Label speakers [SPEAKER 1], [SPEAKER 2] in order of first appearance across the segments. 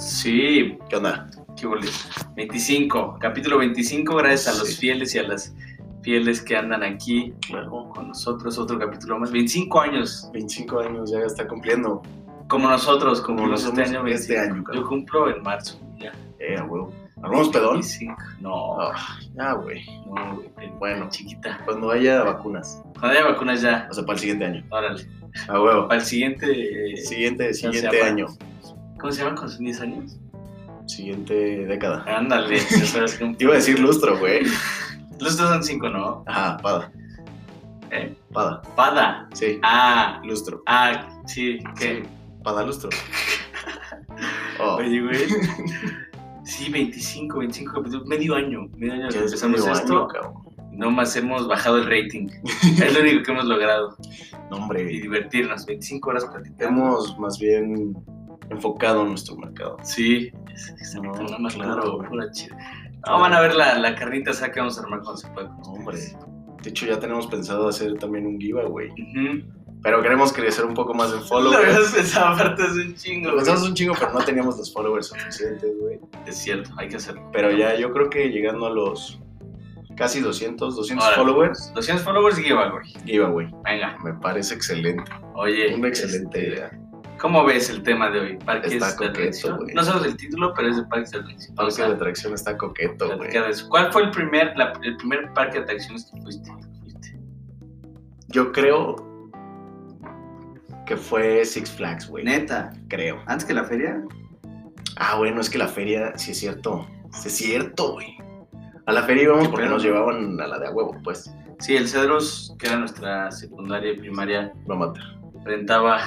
[SPEAKER 1] Sí.
[SPEAKER 2] ¿Qué onda?
[SPEAKER 1] ¿Qué hubo? 25, capítulo 25, gracias a los fieles y a las fieles que andan aquí con nosotros, otro capítulo más. 25 años.
[SPEAKER 2] 25 años ya está cumpliendo.
[SPEAKER 1] Como nosotros cumplimos
[SPEAKER 2] Como
[SPEAKER 1] este año. 25.
[SPEAKER 2] Este año, cabrón.
[SPEAKER 1] Yo cumplo en marzo, ya.
[SPEAKER 2] Huevo. ¿Armamos pedón?
[SPEAKER 1] 25. No.
[SPEAKER 2] Ya, güey.
[SPEAKER 1] No, güey.
[SPEAKER 2] Bueno,
[SPEAKER 1] chiquita.
[SPEAKER 2] Cuando haya vacunas.
[SPEAKER 1] Cuando haya vacunas ya.
[SPEAKER 2] O sea, para el siguiente año.
[SPEAKER 1] Órale.
[SPEAKER 2] Huevo.
[SPEAKER 1] Para el siguiente...
[SPEAKER 2] Siguiente año.
[SPEAKER 1] ¿Cómo se llaman con sus 10 años?
[SPEAKER 2] Siguiente década.
[SPEAKER 1] Ándale.
[SPEAKER 2] Iba a decir lustro, güey.
[SPEAKER 1] Lustros son 5, ¿no?
[SPEAKER 2] Ajá, pada. Pada.
[SPEAKER 1] Pada.
[SPEAKER 2] Sí.
[SPEAKER 1] Ah.
[SPEAKER 2] Lustro.
[SPEAKER 1] Ah, sí. ¿Qué?
[SPEAKER 2] Sí. Pada lustro.
[SPEAKER 1] Oye, güey. Sí, 25 capítulos. Medio año
[SPEAKER 2] Ya
[SPEAKER 1] empezamos esto. No más hemos bajado el rating. Es lo único que hemos logrado.
[SPEAKER 2] No, hombre.
[SPEAKER 1] Y divertirnos. 25 horas platicando.
[SPEAKER 2] Hemos más bien enfocado nuestro mercado.
[SPEAKER 1] Sí.
[SPEAKER 2] No,
[SPEAKER 1] nada más
[SPEAKER 2] claro.
[SPEAKER 1] pura chida. No, van a ver la carnita asada que vamos a armar cuando se pueda.
[SPEAKER 2] No, hombre. De hecho, ya tenemos pensado hacer también un giveaway.
[SPEAKER 1] Uh-huh.
[SPEAKER 2] Pero queremos crecer un poco más en
[SPEAKER 1] Lo
[SPEAKER 2] followers.
[SPEAKER 1] habíamos pensado aparte hace un chingo.
[SPEAKER 2] Lo pensamos un chingo, pero no teníamos los followers suficientes, güey.
[SPEAKER 1] Es cierto, hay que hacerlo.
[SPEAKER 2] Pero ya yo creo que llegando a los casi 200
[SPEAKER 1] Ahora,
[SPEAKER 2] followers.
[SPEAKER 1] 200 followers y
[SPEAKER 2] Giveaway.
[SPEAKER 1] Venga.
[SPEAKER 2] Me parece excelente.
[SPEAKER 1] Oye.
[SPEAKER 2] Una excelente idea.
[SPEAKER 1] ¿Cómo ves el tema de hoy? Parques
[SPEAKER 2] Está
[SPEAKER 1] de
[SPEAKER 2] coqueto,
[SPEAKER 1] atracción.
[SPEAKER 2] güey.
[SPEAKER 1] No sabes el título, pero es de parques de atracción.
[SPEAKER 2] Parque de atracción está coqueto, güey.
[SPEAKER 1] ¿Cuál fue el primer parque de atracciones que fuiste?
[SPEAKER 2] Yo creo que fue Six Flags, güey.
[SPEAKER 1] Neta.
[SPEAKER 2] Creo.
[SPEAKER 1] ¿Antes que la feria?
[SPEAKER 2] Bueno, es que la feria, sí es cierto. Sí es cierto, güey. A la feria íbamos porque nos llevaban a la de a huevo, pues.
[SPEAKER 1] Sí, el Cedros, que era nuestra secundaria y primaria,
[SPEAKER 2] No matar.
[SPEAKER 1] rentaba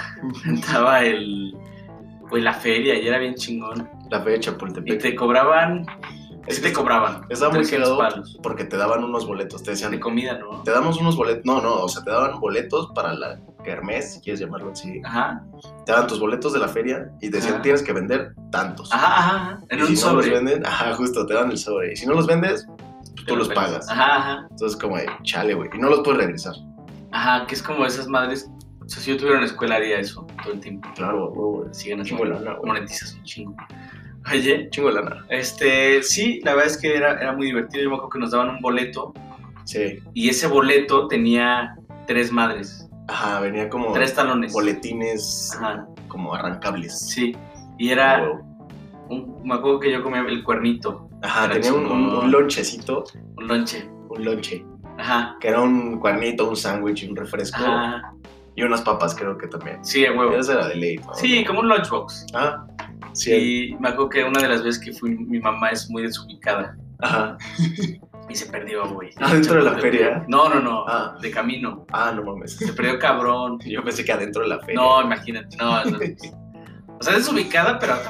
[SPEAKER 1] la feria y era bien chingón.
[SPEAKER 2] La feria de Chapultepec.
[SPEAKER 1] Y te cobraban. Sí te cobraban.
[SPEAKER 2] Estaba muy
[SPEAKER 1] 300
[SPEAKER 2] cagado
[SPEAKER 1] palos.
[SPEAKER 2] porque te daban unos boletos. Te decían,
[SPEAKER 1] De comida, ¿no?
[SPEAKER 2] te damos unos boletos. No, o sea, te daban boletos para la kermés, si quieres llamarlo así.
[SPEAKER 1] Ajá.
[SPEAKER 2] Te daban tus boletos de la feria y decían,
[SPEAKER 1] Ajá.
[SPEAKER 2] tienes que vender tantos.
[SPEAKER 1] Ajá. En
[SPEAKER 2] Y
[SPEAKER 1] un
[SPEAKER 2] si
[SPEAKER 1] sobre.
[SPEAKER 2] no los venden, justo, te dan el sobre. Y si no los vendes, tú los pagas.
[SPEAKER 1] Ajá.
[SPEAKER 2] Entonces, como de, chale, güey. Y no los puedes regresar.
[SPEAKER 1] Ajá, que es como esas madres. O sea, si yo tuviera una escuela haría eso todo el tiempo.
[SPEAKER 2] Claro, güey.
[SPEAKER 1] Siguen
[SPEAKER 2] Chingo
[SPEAKER 1] haciendo.
[SPEAKER 2] de lana, güey.
[SPEAKER 1] Monetizas un chingo. Oye.
[SPEAKER 2] Chingo de lana.
[SPEAKER 1] Sí, la verdad es que era muy divertido. Yo me acuerdo que nos daban un boleto.
[SPEAKER 2] Sí.
[SPEAKER 1] Y ese boleto tenía 3 madres.
[SPEAKER 2] Ajá, venía como
[SPEAKER 1] 3 talones.
[SPEAKER 2] boletines.
[SPEAKER 1] Ajá.
[SPEAKER 2] Como arrancables.
[SPEAKER 1] Sí. Y era.
[SPEAKER 2] Wow.
[SPEAKER 1] Me acuerdo que yo comía el cuernito.
[SPEAKER 2] Ajá,
[SPEAKER 1] Era
[SPEAKER 2] tenía un lonchecito.
[SPEAKER 1] Un lonche.
[SPEAKER 2] Un lonche.
[SPEAKER 1] Ajá.
[SPEAKER 2] Que era un cuernito, un sándwich y un refresco.
[SPEAKER 1] Ajá.
[SPEAKER 2] Y unas papas, creo que también.
[SPEAKER 1] Sí, a huevo.
[SPEAKER 2] Esa era de ley, ¿no?
[SPEAKER 1] Sí, como un lunchbox.
[SPEAKER 2] Sí.
[SPEAKER 1] Y me acuerdo que una de las veces que fui, mi mamá es muy desubicada.
[SPEAKER 2] Ajá.
[SPEAKER 1] Y se perdió, güey.
[SPEAKER 2] ¿Dentro de la feria?
[SPEAKER 1] No. De camino.
[SPEAKER 2] No mames.
[SPEAKER 1] Se perdió cabrón.
[SPEAKER 2] Yo pensé que adentro de la feria.
[SPEAKER 1] No, imagínate. No. O sea, desubicada, pero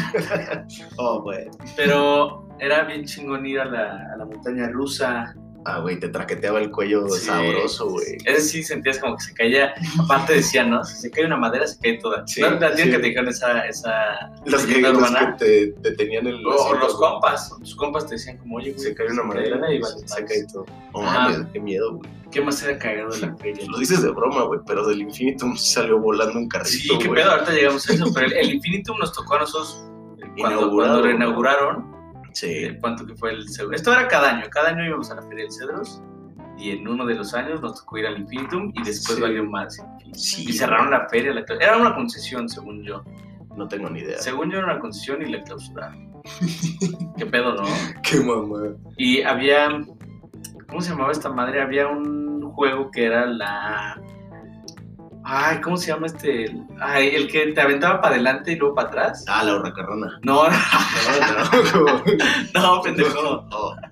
[SPEAKER 1] tampoco.
[SPEAKER 2] Güey.
[SPEAKER 1] Pero era bien chingón ir a la montaña rusa.
[SPEAKER 2] Güey, te traqueteaba el cuello sabroso, güey.
[SPEAKER 1] Ese sí sentías como que se caía. Aparte decían, ¿no? Si se cae una madera, se cae toda.
[SPEAKER 2] Sí,
[SPEAKER 1] ¿No? La tía
[SPEAKER 2] sí.
[SPEAKER 1] que te dijeron esa
[SPEAKER 2] Los
[SPEAKER 1] leyenda urbana.
[SPEAKER 2] que te tenían el...
[SPEAKER 1] O los compas. Tus compas te decían como, oye, güey,
[SPEAKER 2] Se cae una madera
[SPEAKER 1] y
[SPEAKER 2] y
[SPEAKER 1] vale,
[SPEAKER 2] se cae todo. No
[SPEAKER 1] Ajá.
[SPEAKER 2] mames, qué miedo, güey.
[SPEAKER 1] ¿Qué más era cagado de la feria?
[SPEAKER 2] Lo dices de broma, güey, pero del Infinitum salió volando un carrito,
[SPEAKER 1] Sí, qué
[SPEAKER 2] güey.
[SPEAKER 1] pedo, ahorita llegamos a eso. Pero el Infinitum nos tocó a nosotros cuando
[SPEAKER 2] Inaugurado,
[SPEAKER 1] lo inauguraron.
[SPEAKER 2] Sí.
[SPEAKER 1] ¿Cuánto que fue el Cedros? Esto era cada año íbamos a la feria del Cedros. Y en uno de los años nos tocó ir al Infinitum y después
[SPEAKER 2] Sí.
[SPEAKER 1] valió más.
[SPEAKER 2] Sí.
[SPEAKER 1] Y cerraron la feria. Era una concesión, según yo.
[SPEAKER 2] No tengo ni idea.
[SPEAKER 1] Según yo era una concesión y la clausuraron. Qué pedo, ¿no?
[SPEAKER 2] Qué mamá.
[SPEAKER 1] Y había... ¿Cómo se llamaba esta madre? Había un juego que era la... ¿cómo se llama este? El que te aventaba para adelante y luego para atrás.
[SPEAKER 2] La hurracarrona.
[SPEAKER 1] No,
[SPEAKER 2] No,
[SPEAKER 1] pendejo.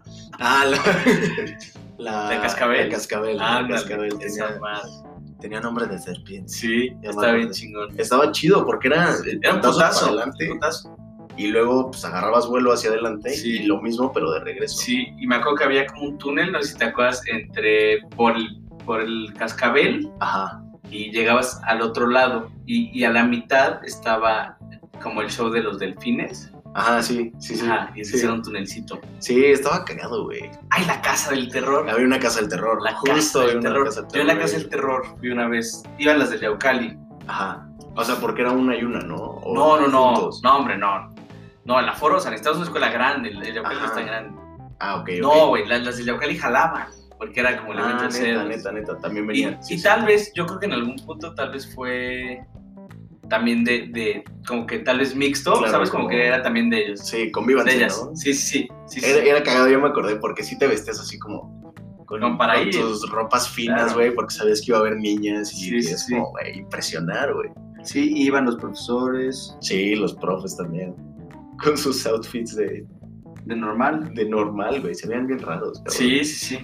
[SPEAKER 2] La
[SPEAKER 1] cascabel.
[SPEAKER 2] La cascabel.
[SPEAKER 1] Ah,
[SPEAKER 2] La cascabel
[SPEAKER 1] esa madre.
[SPEAKER 2] tenía nombre de serpiente.
[SPEAKER 1] Sí,
[SPEAKER 2] Ya
[SPEAKER 1] estaba
[SPEAKER 2] me
[SPEAKER 1] bien
[SPEAKER 2] acordé.
[SPEAKER 1] chingón.
[SPEAKER 2] Estaba chido porque era
[SPEAKER 1] Era un
[SPEAKER 2] putazo
[SPEAKER 1] putazo.
[SPEAKER 2] para adelante.
[SPEAKER 1] Putazo.
[SPEAKER 2] Y luego pues agarrabas vuelo hacia adelante
[SPEAKER 1] Sí.
[SPEAKER 2] y lo mismo pero de regreso.
[SPEAKER 1] Sí, y me acuerdo que había como un túnel, no sé si te acuerdas, por el cascabel
[SPEAKER 2] Ajá.
[SPEAKER 1] y llegabas al otro lado. Y a la mitad estaba como el show de los delfines.
[SPEAKER 2] Ajá, sí.
[SPEAKER 1] Ajá, y se hicieron un tunelcito.
[SPEAKER 2] Sí, estaba cagado, güey.
[SPEAKER 1] ¡Ay, la casa del terror!
[SPEAKER 2] Había una casa del terror.
[SPEAKER 1] La
[SPEAKER 2] Justo
[SPEAKER 1] casa
[SPEAKER 2] había
[SPEAKER 1] del
[SPEAKER 2] una
[SPEAKER 1] terror.
[SPEAKER 2] casa del
[SPEAKER 1] Yo en la
[SPEAKER 2] terror,
[SPEAKER 1] casa
[SPEAKER 2] güey.
[SPEAKER 1] del terror fui una vez. Iban las de Yaucali.
[SPEAKER 2] Ajá. O sea, porque era una y una, ¿no? O
[SPEAKER 1] No,
[SPEAKER 2] juntos.
[SPEAKER 1] no, hombre, no. No, el aforo, o sea, necesitabas una escuela grande, el Yaucali no es tan grande.
[SPEAKER 2] Ah, ok.
[SPEAKER 1] No, güey, las del Yaucali jalaban, porque era como el evento de ceros.
[SPEAKER 2] Neta, también venían.
[SPEAKER 1] Y tal vez, yo creo que en algún punto tal vez fue también de como que tal vez mixto,
[SPEAKER 2] claro,
[SPEAKER 1] ¿sabes? Como que era también de ellos.
[SPEAKER 2] Sí, convívanse,
[SPEAKER 1] de ellas.
[SPEAKER 2] ¿no?
[SPEAKER 1] Sí.
[SPEAKER 2] Era cagado, yo me acordé, porque sí te vestías así como con tus ropas finas, güey, porque sabías que iba a haber niñas y es como, güey, impresionar, güey.
[SPEAKER 1] Sí, iban los profesores.
[SPEAKER 2] Sí, los profes también, con sus outfits de
[SPEAKER 1] normal.
[SPEAKER 2] De normal, güey, se veían bien raros. Cabrón.
[SPEAKER 1] Sí.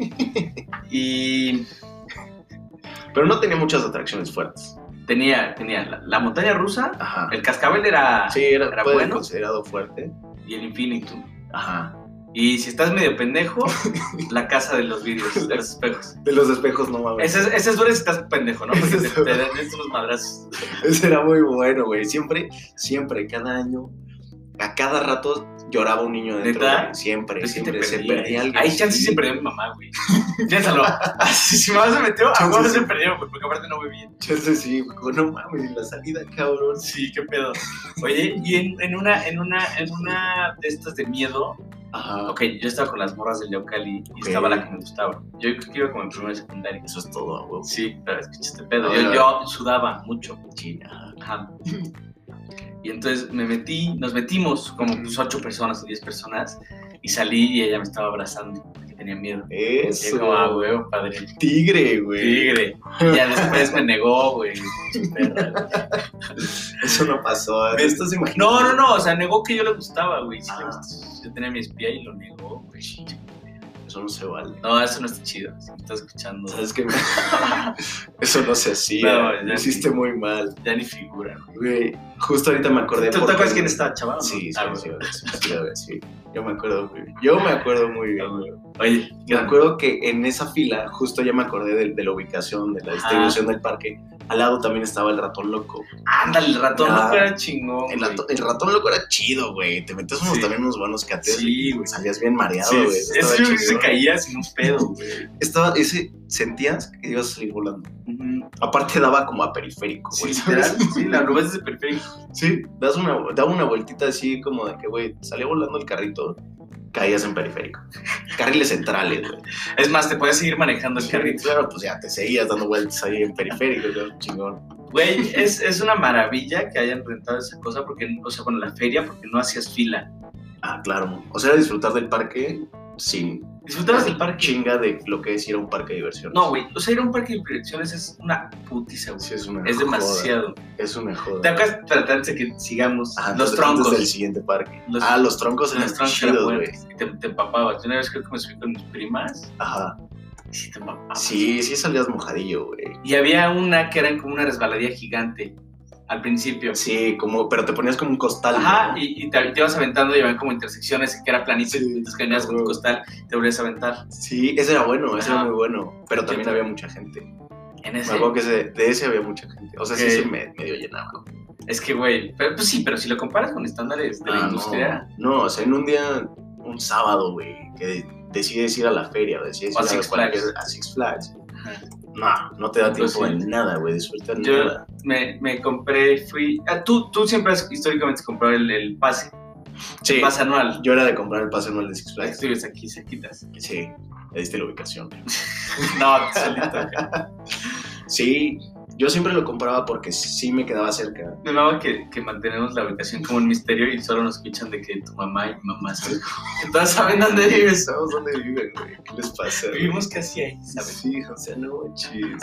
[SPEAKER 2] Pero no tenía muchas atracciones fuertes.
[SPEAKER 1] Tenía la montaña rusa,
[SPEAKER 2] ajá.
[SPEAKER 1] El cascabel era bueno,
[SPEAKER 2] considerado fuerte.
[SPEAKER 1] Y el Infinitum.
[SPEAKER 2] Ajá.
[SPEAKER 1] Y si estás medio pendejo, la casa de los vidrios, de los espejos.
[SPEAKER 2] De los espejos, no mames.
[SPEAKER 1] Ese es duro si estás pendejo, ¿no? Porque te dan estos madrazos.
[SPEAKER 2] Ese era muy bueno, güey. Siempre, cada año, a cada rato lloraba un niño dentro. Siempre,
[SPEAKER 1] pues
[SPEAKER 2] siempre. Se perdía alguien.
[SPEAKER 1] Ahí chance se perdió mi mamá, güey. Piénsalo. Si mi mamá se metió, a huevo se perdió, güey, porque aparte no voy bien.
[SPEAKER 2] Chance sí, güey. No mames, la salida, cabrón.
[SPEAKER 1] Sí, qué pedo. Oye, y en una de estas de miedo.
[SPEAKER 2] Ajá.
[SPEAKER 1] Ok, yo estaba con las morras del Yaucali y estaba la que me gustaba. Yo creo que iba como en primero y secundaria.
[SPEAKER 2] Eso es todo, güey.
[SPEAKER 1] Sí, pero escucha este pedo. Yo sudaba mucho. Ajá. Y entonces nos metimos como 8 personas o 10 personas y salí y ella me estaba abrazando porque tenía miedo.
[SPEAKER 2] Eso.
[SPEAKER 1] Y como, güey, padre.
[SPEAKER 2] Tigre, güey.
[SPEAKER 1] Tigre. Y ya después me negó, güey.
[SPEAKER 2] Eso no pasó. ¿Estás
[SPEAKER 1] imaginando? No, o sea, negó que yo le gustaba, güey. Sí, yo tenía mi espía y lo negó, güey.
[SPEAKER 2] Eso no se vale.
[SPEAKER 1] No, eso no está chido. Si me estás escuchando.
[SPEAKER 2] ¿Sabes qué? Eso no se hacía. No, lo hiciste muy mal.
[SPEAKER 1] Ya ni figura,
[SPEAKER 2] güey. Justo ahorita me acordé.
[SPEAKER 1] ¿Tú te acuerdas quién estaba, chaval?
[SPEAKER 2] Sí. Yo me acuerdo muy bien.
[SPEAKER 1] Oye,
[SPEAKER 2] me acuerdo que en esa fila, justo ya me acordé de la ubicación, de la distribución del parque. Al lado también estaba el ratón loco.
[SPEAKER 1] Ándale, el ratón loco era chingón.
[SPEAKER 2] El ratón loco era chido, güey. Te metías también unos buenos cateos.
[SPEAKER 1] Sí, güey.
[SPEAKER 2] Salías bien mareado, güey.
[SPEAKER 1] Ese se caía sin un pedo, güey.
[SPEAKER 2] Sentías que ibas a salir volando. Aparte daba como a periférico, güey.
[SPEAKER 1] Sí, literal. Sí, la nube es de periférico.
[SPEAKER 2] Sí, daba una vueltita así como de que, güey, salía volando el carrito, caías en periférico. Carriles centrales, güey.
[SPEAKER 1] Es más, te puedes seguir manejando el carrito.
[SPEAKER 2] Claro, pues ya te seguías dando vueltas ahí en periférico, chingón.
[SPEAKER 1] Güey, es una maravilla que hayan rentado esa cosa, porque, o sea, bueno, la feria, porque no hacías fila.
[SPEAKER 2] Ah, claro. O sea, disfrutar del parque sin...
[SPEAKER 1] Disfrutabas del parque.
[SPEAKER 2] Chinga de lo que es ir a un parque de diversiones.
[SPEAKER 1] No, güey. O sea, ir a un parque de diversiones es una putiza, güey.
[SPEAKER 2] Sí, es una
[SPEAKER 1] Es demasiado.
[SPEAKER 2] Joda. Es una joda.
[SPEAKER 1] ¿Te acuerdas? Tratarse que sigamos los
[SPEAKER 2] troncos. Antes del siguiente parque. Los troncos eran chidos, güey.
[SPEAKER 1] Te empapabas. Yo una vez creo que me subí con mis primas.
[SPEAKER 2] Ajá.
[SPEAKER 1] Sí, te empapabas.
[SPEAKER 2] Sí salías mojadillo, güey.
[SPEAKER 1] Y había una que era como una resbaladilla gigante. Al principio.
[SPEAKER 2] Sí, pero te ponías como un costal.
[SPEAKER 1] Ajá, ¿no? y te ibas aventando y había como intersecciones que era planito, y entonces que venías con tu costal, te volvías a aventar.
[SPEAKER 2] Sí, ese era bueno, ese era muy bueno. Pero también había mucha gente.
[SPEAKER 1] ¿En ese?
[SPEAKER 2] Me acuerdo que de ese había mucha gente. O sea, sí se medio llenaba.
[SPEAKER 1] Es que, güey, pero si lo comparas con estándares de la industria.
[SPEAKER 2] No, o sea, en un sábado, güey, que decides ir a la feria, o decides ir a Six Flags. Ajá. No te da tiempo en nada, güey, disfrutar nada.
[SPEAKER 1] Me compré, tú siempre has históricamente comprado el pase.
[SPEAKER 2] Sí.
[SPEAKER 1] El pase anual.
[SPEAKER 2] Yo era de comprar el pase anual de Six Flags.
[SPEAKER 1] Tú vives aquí, cerquitas.
[SPEAKER 2] Sí, le diste la ubicación.
[SPEAKER 1] No, solito.
[SPEAKER 2] Sí, yo siempre lo compraba porque sí me quedaba cerca.
[SPEAKER 1] Me mama que mantenemos la ubicación como un misterio y solo nos escuchan de que tu mamá y mi mamá saben. Todos saben dónde vives.
[SPEAKER 2] Sabemos dónde viven, güey. ¿Qué les pasa?
[SPEAKER 1] Vivimos casi ahí, ¿sabes?
[SPEAKER 2] Sí, o sea, no manches.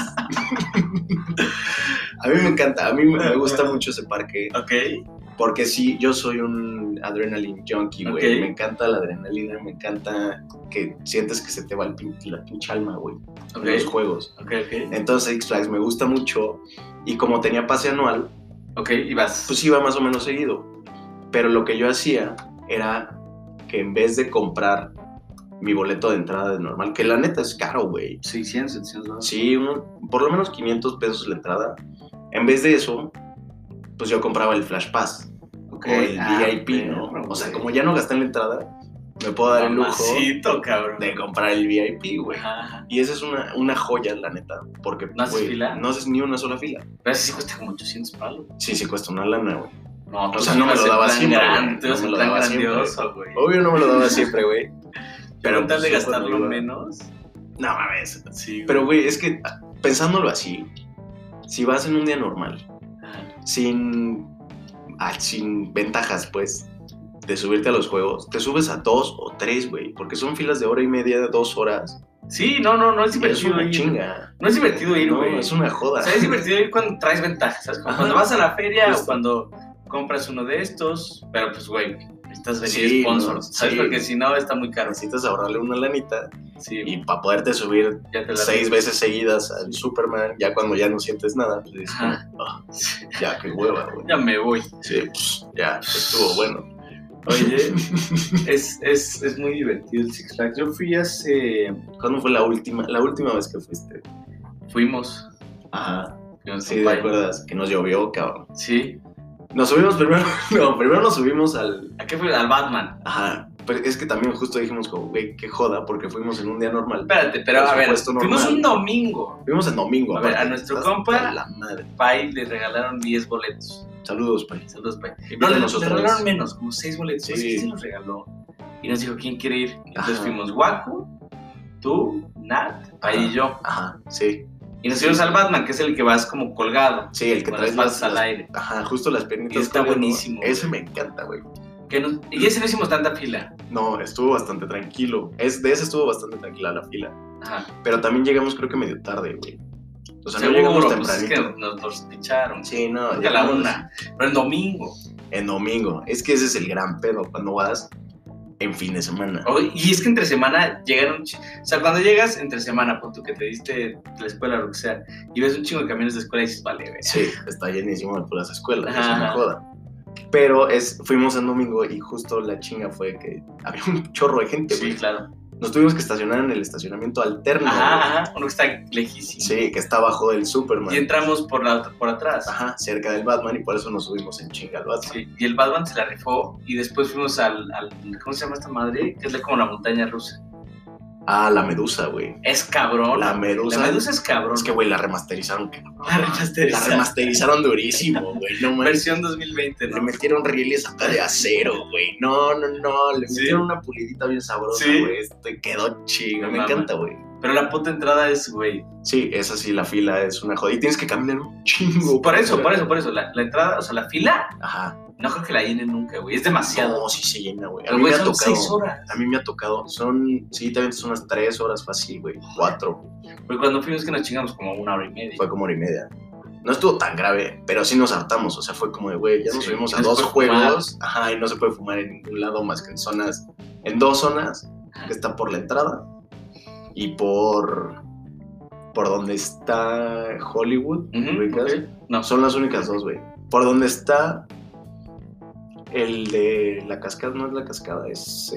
[SPEAKER 2] A mí me encanta, a mí me gusta mucho ese parque.
[SPEAKER 1] Ok.
[SPEAKER 2] Porque sí, yo soy un adrenaline junkie, güey.
[SPEAKER 1] Okay.
[SPEAKER 2] Me encanta la adrenalina, me encanta que sientes que se te va la pinche alma, güey. En los juegos.
[SPEAKER 1] Okay.
[SPEAKER 2] Entonces Six Flags me gusta mucho. Y como tenía pase anual,
[SPEAKER 1] ibas.
[SPEAKER 2] Pues iba más o menos seguido. Pero lo que yo hacía era que en vez de comprar mi boleto de entrada de normal, que la neta es caro, güey.
[SPEAKER 1] 600, 700.
[SPEAKER 2] Sí, por lo menos 500 pesos la entrada. En vez de eso, pues yo compraba el Flash Pass. O el VIP, ¿no? O sea, como ya no gasté en la entrada, me puedo dar el lujo de comprar el VIP, güey. Y esa es una joya, la neta. Porque,
[SPEAKER 1] ¿No haces fila?
[SPEAKER 2] No haces ni una sola fila.
[SPEAKER 1] Pero sí cuesta como 800 palos.
[SPEAKER 2] Sí cuesta una lana, güey.
[SPEAKER 1] No,
[SPEAKER 2] o sea, no me lo daba siempre,
[SPEAKER 1] grande,
[SPEAKER 2] no me lo daba
[SPEAKER 1] grandioso, güey.
[SPEAKER 2] Obvio no me lo daba siempre, güey.
[SPEAKER 1] Pero con tal de gastarlo menos.
[SPEAKER 2] No mames.
[SPEAKER 1] Sí, güey.
[SPEAKER 2] Pero, güey, es que pensándolo así, si vas en un día normal, sin ventajas, pues, de subirte a los juegos, te subes a 2 o 3, güey, porque son filas de 1:30, 2 horas.
[SPEAKER 1] Sí, no es divertido.
[SPEAKER 2] Es una chinga.
[SPEAKER 1] No es divertido ir, güey.
[SPEAKER 2] No, es una joda.
[SPEAKER 1] O sea, es divertido ir cuando traes ventajas, ¿sabes? Como cuando vas a la feria o cuando compras uno de estos, pero pues, güey, necesitas venir sponsors, ¿sabes? Porque si no, está muy caro.
[SPEAKER 2] Necesitas ahorrarle una lanita y para poderte subir 6 veces seguidas al Superman, ya cuando ya no sientes nada, pues dices, ya, qué hueva, güey.
[SPEAKER 1] Ya me voy.
[SPEAKER 2] Sí, pues, ya, estuvo bueno.
[SPEAKER 1] Oye, es muy divertido el Six Flags. Yo fui hace...
[SPEAKER 2] ¿Cuándo fue la última vez que fuiste?
[SPEAKER 1] Fuimos.
[SPEAKER 2] Ajá. Sí, ¿te acuerdas? Que nos llovió, cabrón.
[SPEAKER 1] Sí.
[SPEAKER 2] Nos subimos primero nos subimos al...
[SPEAKER 1] ¿A qué fue? Al Batman.
[SPEAKER 2] Ajá. Pero es que también justo dijimos como, güey, qué joda, porque fuimos en un día normal.
[SPEAKER 1] Espérate, pero a ver, fuimos un domingo.
[SPEAKER 2] Fuimos en domingo.
[SPEAKER 1] A ver, a nuestro compa, Pai, le regalaron 10 boletos.
[SPEAKER 2] Saludos, Pai.
[SPEAKER 1] No, le regalaron menos, como 6 boletos. Sí. Se nos regaló. Y nos dijo, ¿quién quiere ir? Entonces fuimos Waku, tú, Nat, Pai y yo.
[SPEAKER 2] Ajá, sí.
[SPEAKER 1] Y nos fuimos al Batman, que es el que vas como colgado.
[SPEAKER 2] Sí, el que traes
[SPEAKER 1] las al aire.
[SPEAKER 2] Ajá, justo las piernitas.
[SPEAKER 1] Y está buenísimo.
[SPEAKER 2] Ese me encanta, güey.
[SPEAKER 1] Y ese no hicimos tanta fila.
[SPEAKER 2] No, estuvo bastante tranquilo. De ese estuvo bastante tranquila la fila.
[SPEAKER 1] Ajá.
[SPEAKER 2] Pero también llegamos creo que medio tarde, güey. O sea,
[SPEAKER 1] seguro,
[SPEAKER 2] no llegamos
[SPEAKER 1] tempranito. Pues es que nos picharon.
[SPEAKER 2] Sí, no.
[SPEAKER 1] A la 1. Pero en domingo.
[SPEAKER 2] En domingo. Es que ese es el gran pedo cuando vas en fin de semana.
[SPEAKER 1] Y es que entre semana llegan o sea, cuando llegas entre semana, pon tú que te diste la escuela o lo que sea, y ves un chingo de camiones de escuela y dices, vale, güey.
[SPEAKER 2] Sí, está llenísimo de puras escuelas, es una joda. Pero fuimos en domingo y justo la chinga fue que había un chorro de gente, güey.
[SPEAKER 1] Sí, claro.
[SPEAKER 2] Nos tuvimos que estacionar en el estacionamiento alterno.
[SPEAKER 1] Ajá, uno que está lejísimo.
[SPEAKER 2] Sí, que está abajo del Superman.
[SPEAKER 1] Y entramos por atrás.
[SPEAKER 2] Ajá, cerca del Batman, y por eso nos subimos en chinga al Batman.
[SPEAKER 1] Sí, y el Batman se la rifó y después fuimos al ¿cómo se llama esta madre? Que es como la montaña rusa.
[SPEAKER 2] Ah, la Medusa, güey.
[SPEAKER 1] Es cabrón.
[SPEAKER 2] La Medusa.
[SPEAKER 1] La Medusa es cabrón.
[SPEAKER 2] Es que, güey, la remasterizaron.
[SPEAKER 1] La
[SPEAKER 2] remasterizaron durísimo, güey. No,
[SPEAKER 1] versión 2020, ¿no?
[SPEAKER 2] Le metieron rieles acá de acero, güey. No. Le metieron una pulidita bien sabrosa, güey. Quedó chido. Me encanta, güey.
[SPEAKER 1] Pero la puta entrada es, güey.
[SPEAKER 2] Sí, esa sí, la fila es una joda. Y tienes que caminar un chingo.
[SPEAKER 1] Por eso. La entrada, o sea, la fila.
[SPEAKER 2] Ajá.
[SPEAKER 1] No creo que la llenen nunca, güey. Es demasiado.
[SPEAKER 2] No, sí se llena, güey.
[SPEAKER 1] A mí me ha tocado. 6 horas.
[SPEAKER 2] A mí me ha tocado. Sí, también son unas 3 horas fácil, güey. 4.
[SPEAKER 1] Porque cuando fuimos que nos chingamos como 1 hora y media.
[SPEAKER 2] Fue como 1:30. No estuvo tan grave, pero sí nos hartamos. O sea, fue como de, güey, ya nos subimos a 2 juegos. Ajá, y no se puede fumar en ningún lado más que en 2 zonas, que está por la entrada y por donde está Hollywood.
[SPEAKER 1] Okay.
[SPEAKER 2] No, son las únicas 2, güey. Por donde está el de la cascada, no es la cascada, es